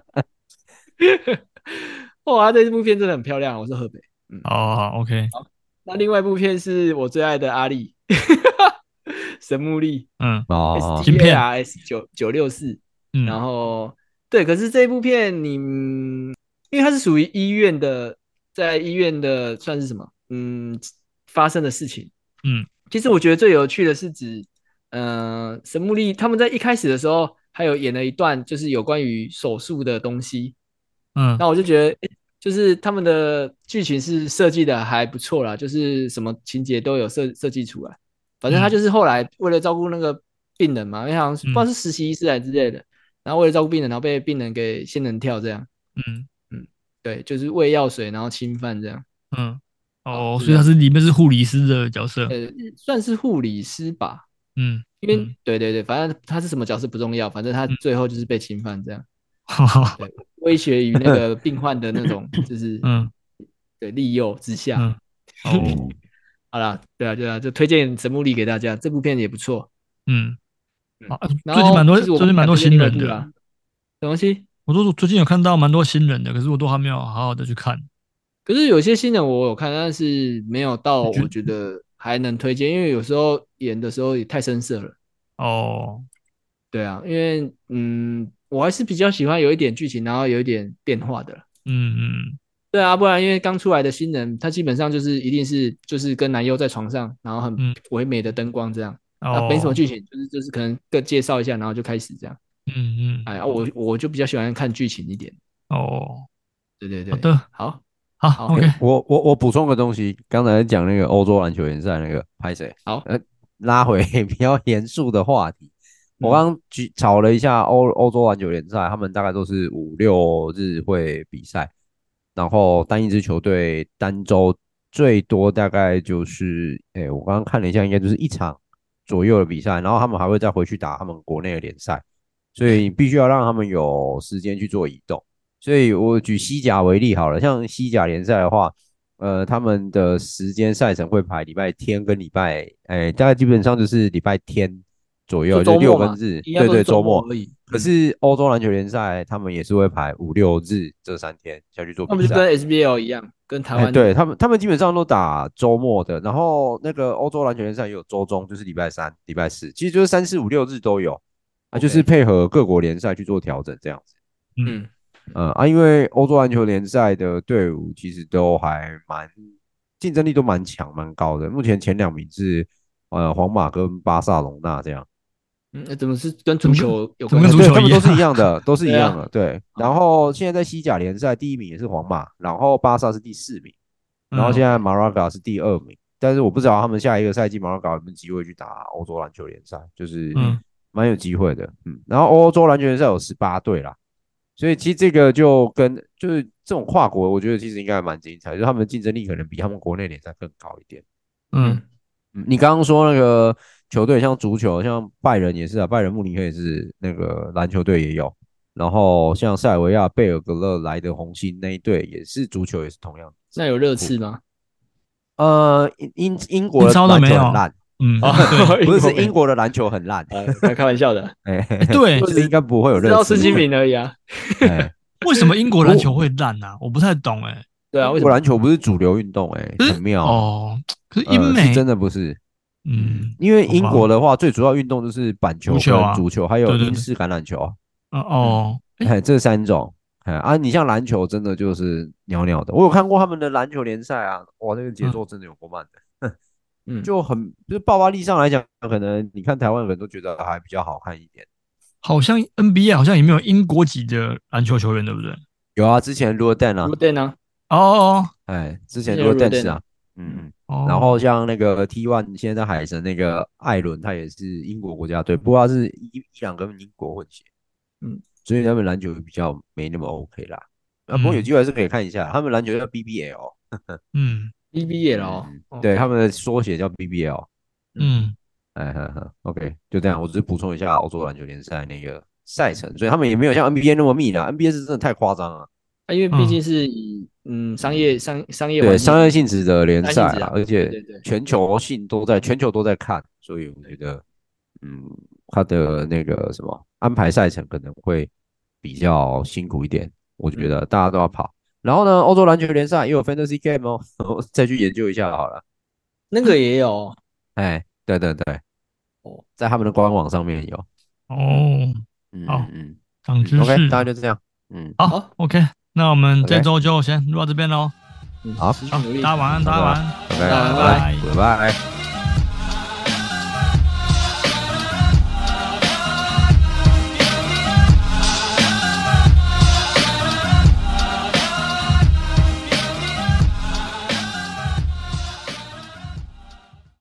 哇，这部片真的很漂亮，我是河北。 OK。 好，那另外一部片是我最爱的阿力，神木力，STARS 964。然后对，可是这一部片因为它是属于医院的，在医院的算是什么？发生的事情。其实我觉得最有趣的是指。神木力他们在一开始的时候还有演了一段就是有关于手术的东西。那我就觉得就是他们的剧情是设计的还不错啦，就是什么情节都有设计出来。反正他就是后来为了照顾那个病人嘛，因为好像不知道是实习医师还是之类的，然后为了照顾病人，然后被病人给仙人跳这样。对，就是喂药水然后侵犯这样。 所以他是里面是护理师的角色。 算是护理师吧。因为对，反正他是什么角色不重要，反正他最后就是被侵犯这样。对，威胁于那个病患的那种，就是对利诱之下。好啦，对啊，就推荐神木力给大家，这部片也不错。 最近蛮多新人的。 什么东西？ 我说最近有看到蛮多新人的，可是我都还没有好好的去看。 可是有些新人我有看，但是没有到我觉得还能推荐，因为有时候演的时候也太生涩了。对啊，因为我还是比较喜欢有一点剧情，然后有一点变化的。对啊，不然因为刚出来的新人，他基本上就是一定是就是跟男优在床上，然后很唯美的灯光这样，没什么剧情，就是可能各介绍一下，然后就开始这样。我就比较喜欢看剧情一点。 对， 好的，好， 好 ，OK， 我补充个东西，刚才讲那个欧洲篮球联赛那个拍谁？ 好， 拉回比较严肃的话题。我刚刚炒了一下欧洲篮球联赛，他们大概都是5、6日会比赛，然后单一支球队单周最多大概就是，我刚刚看了一下，应该就是1场左右的比赛，然后他们还会再回去打他们国内的联赛，所以必须要让他们有时间去做移动。所以我举西甲为例好了，像西甲联赛的话，他们的时间赛程会排礼拜天跟大概基本上就是礼拜天左右，就6跟日，对，周末而已。 可是欧洲篮球联赛他们也是会排5、6日这3天下去做比赛， 他们就跟 SBL 一样，跟台湾对他们基本上都打周末的，然后那个欧洲篮球联赛也有周中，就是礼拜3、礼拜4，其实就是3、4、5、6日都有，就是配合各国联赛去做调整这样子。因为欧洲篮球联赛的队伍其实都还竞争力都蛮强蛮高的，目前前2名是皇马跟巴塞隆纳这样。 怎么是跟足球有关？ 跟足球他们都是一样的，都是一样的。对，然后现在在西甲联赛第1名也是皇马，然后巴萨是第4名，然后现在马拉嘎是第2名，但是我不知道他们下一个赛季马拉嘎有没有机会去打欧洲篮球联赛，就是蛮有机会的。然后欧洲篮球联赛有18队啦，所以其实这个就是这种跨国，我觉得其实应该蛮精彩，就是他们的竞争力可能比他们国内联赛更高一点。你刚刚说那个球队像足球，像拜仁也是啊，拜仁慕尼黑也是那个篮球队也有，然后像塞尔维亚贝尔格勒来的红星那一队也是足球，也是同样。 那有热刺吗？ 英国的篮球很烂，不是英国的篮球很烂， 开玩笑的， 对， 就是应该不会有热刺， 知道施金明而已啊。 为什么英国篮球会烂啊？我不太懂对啊， 英国篮球不是主流运动很妙哦。可是英美是真的不是，因为英国的话最主要运动就是板球跟足球，还有英式橄榄球。这3种。你像篮球真的就是鸟鸟的，我有看过他们的篮球联赛啊，哇，那个节奏真的有够慢的，就是爆发力上来讲，可能你看台湾人都觉得还比较好看一点。 好像 NBA 好像也没有英国籍的篮球球员，对不对？ 有啊，之前 Roden 啊， 之前 Roden 是啊，然后像那个 T1 现在在海神那个艾伦，他也是英国国家队，不过他是伊朗跟英国混血，所以他们篮球比较没那么 OK 啦。不过有机会还是可以看一下，他们篮球叫 BBL， BBL， 对，他们的缩写叫 BBL，OK， 就这样，我只是补充一下欧洲篮球联赛那个赛程，所以他们也没有像 NBA 那么密啦 ，NBA 是真的太夸张了。 因为毕竟是以商业对商业性质的联赛啊， 而且全球都在看，所以我觉得他的那个什么安排赛程可能会比较辛苦一点，我觉得大家都要跑。然后呢，欧洲篮球联赛也有 Fantasy Game 哦，再去研究一下好了。 那个也有， 对，在他们的官网上面有。 好，长知识。 OK， 大概就这样。 好 ，OK。那我们这周就先录到这边喽。 好， 大家晚安，大家晚安， 拜拜。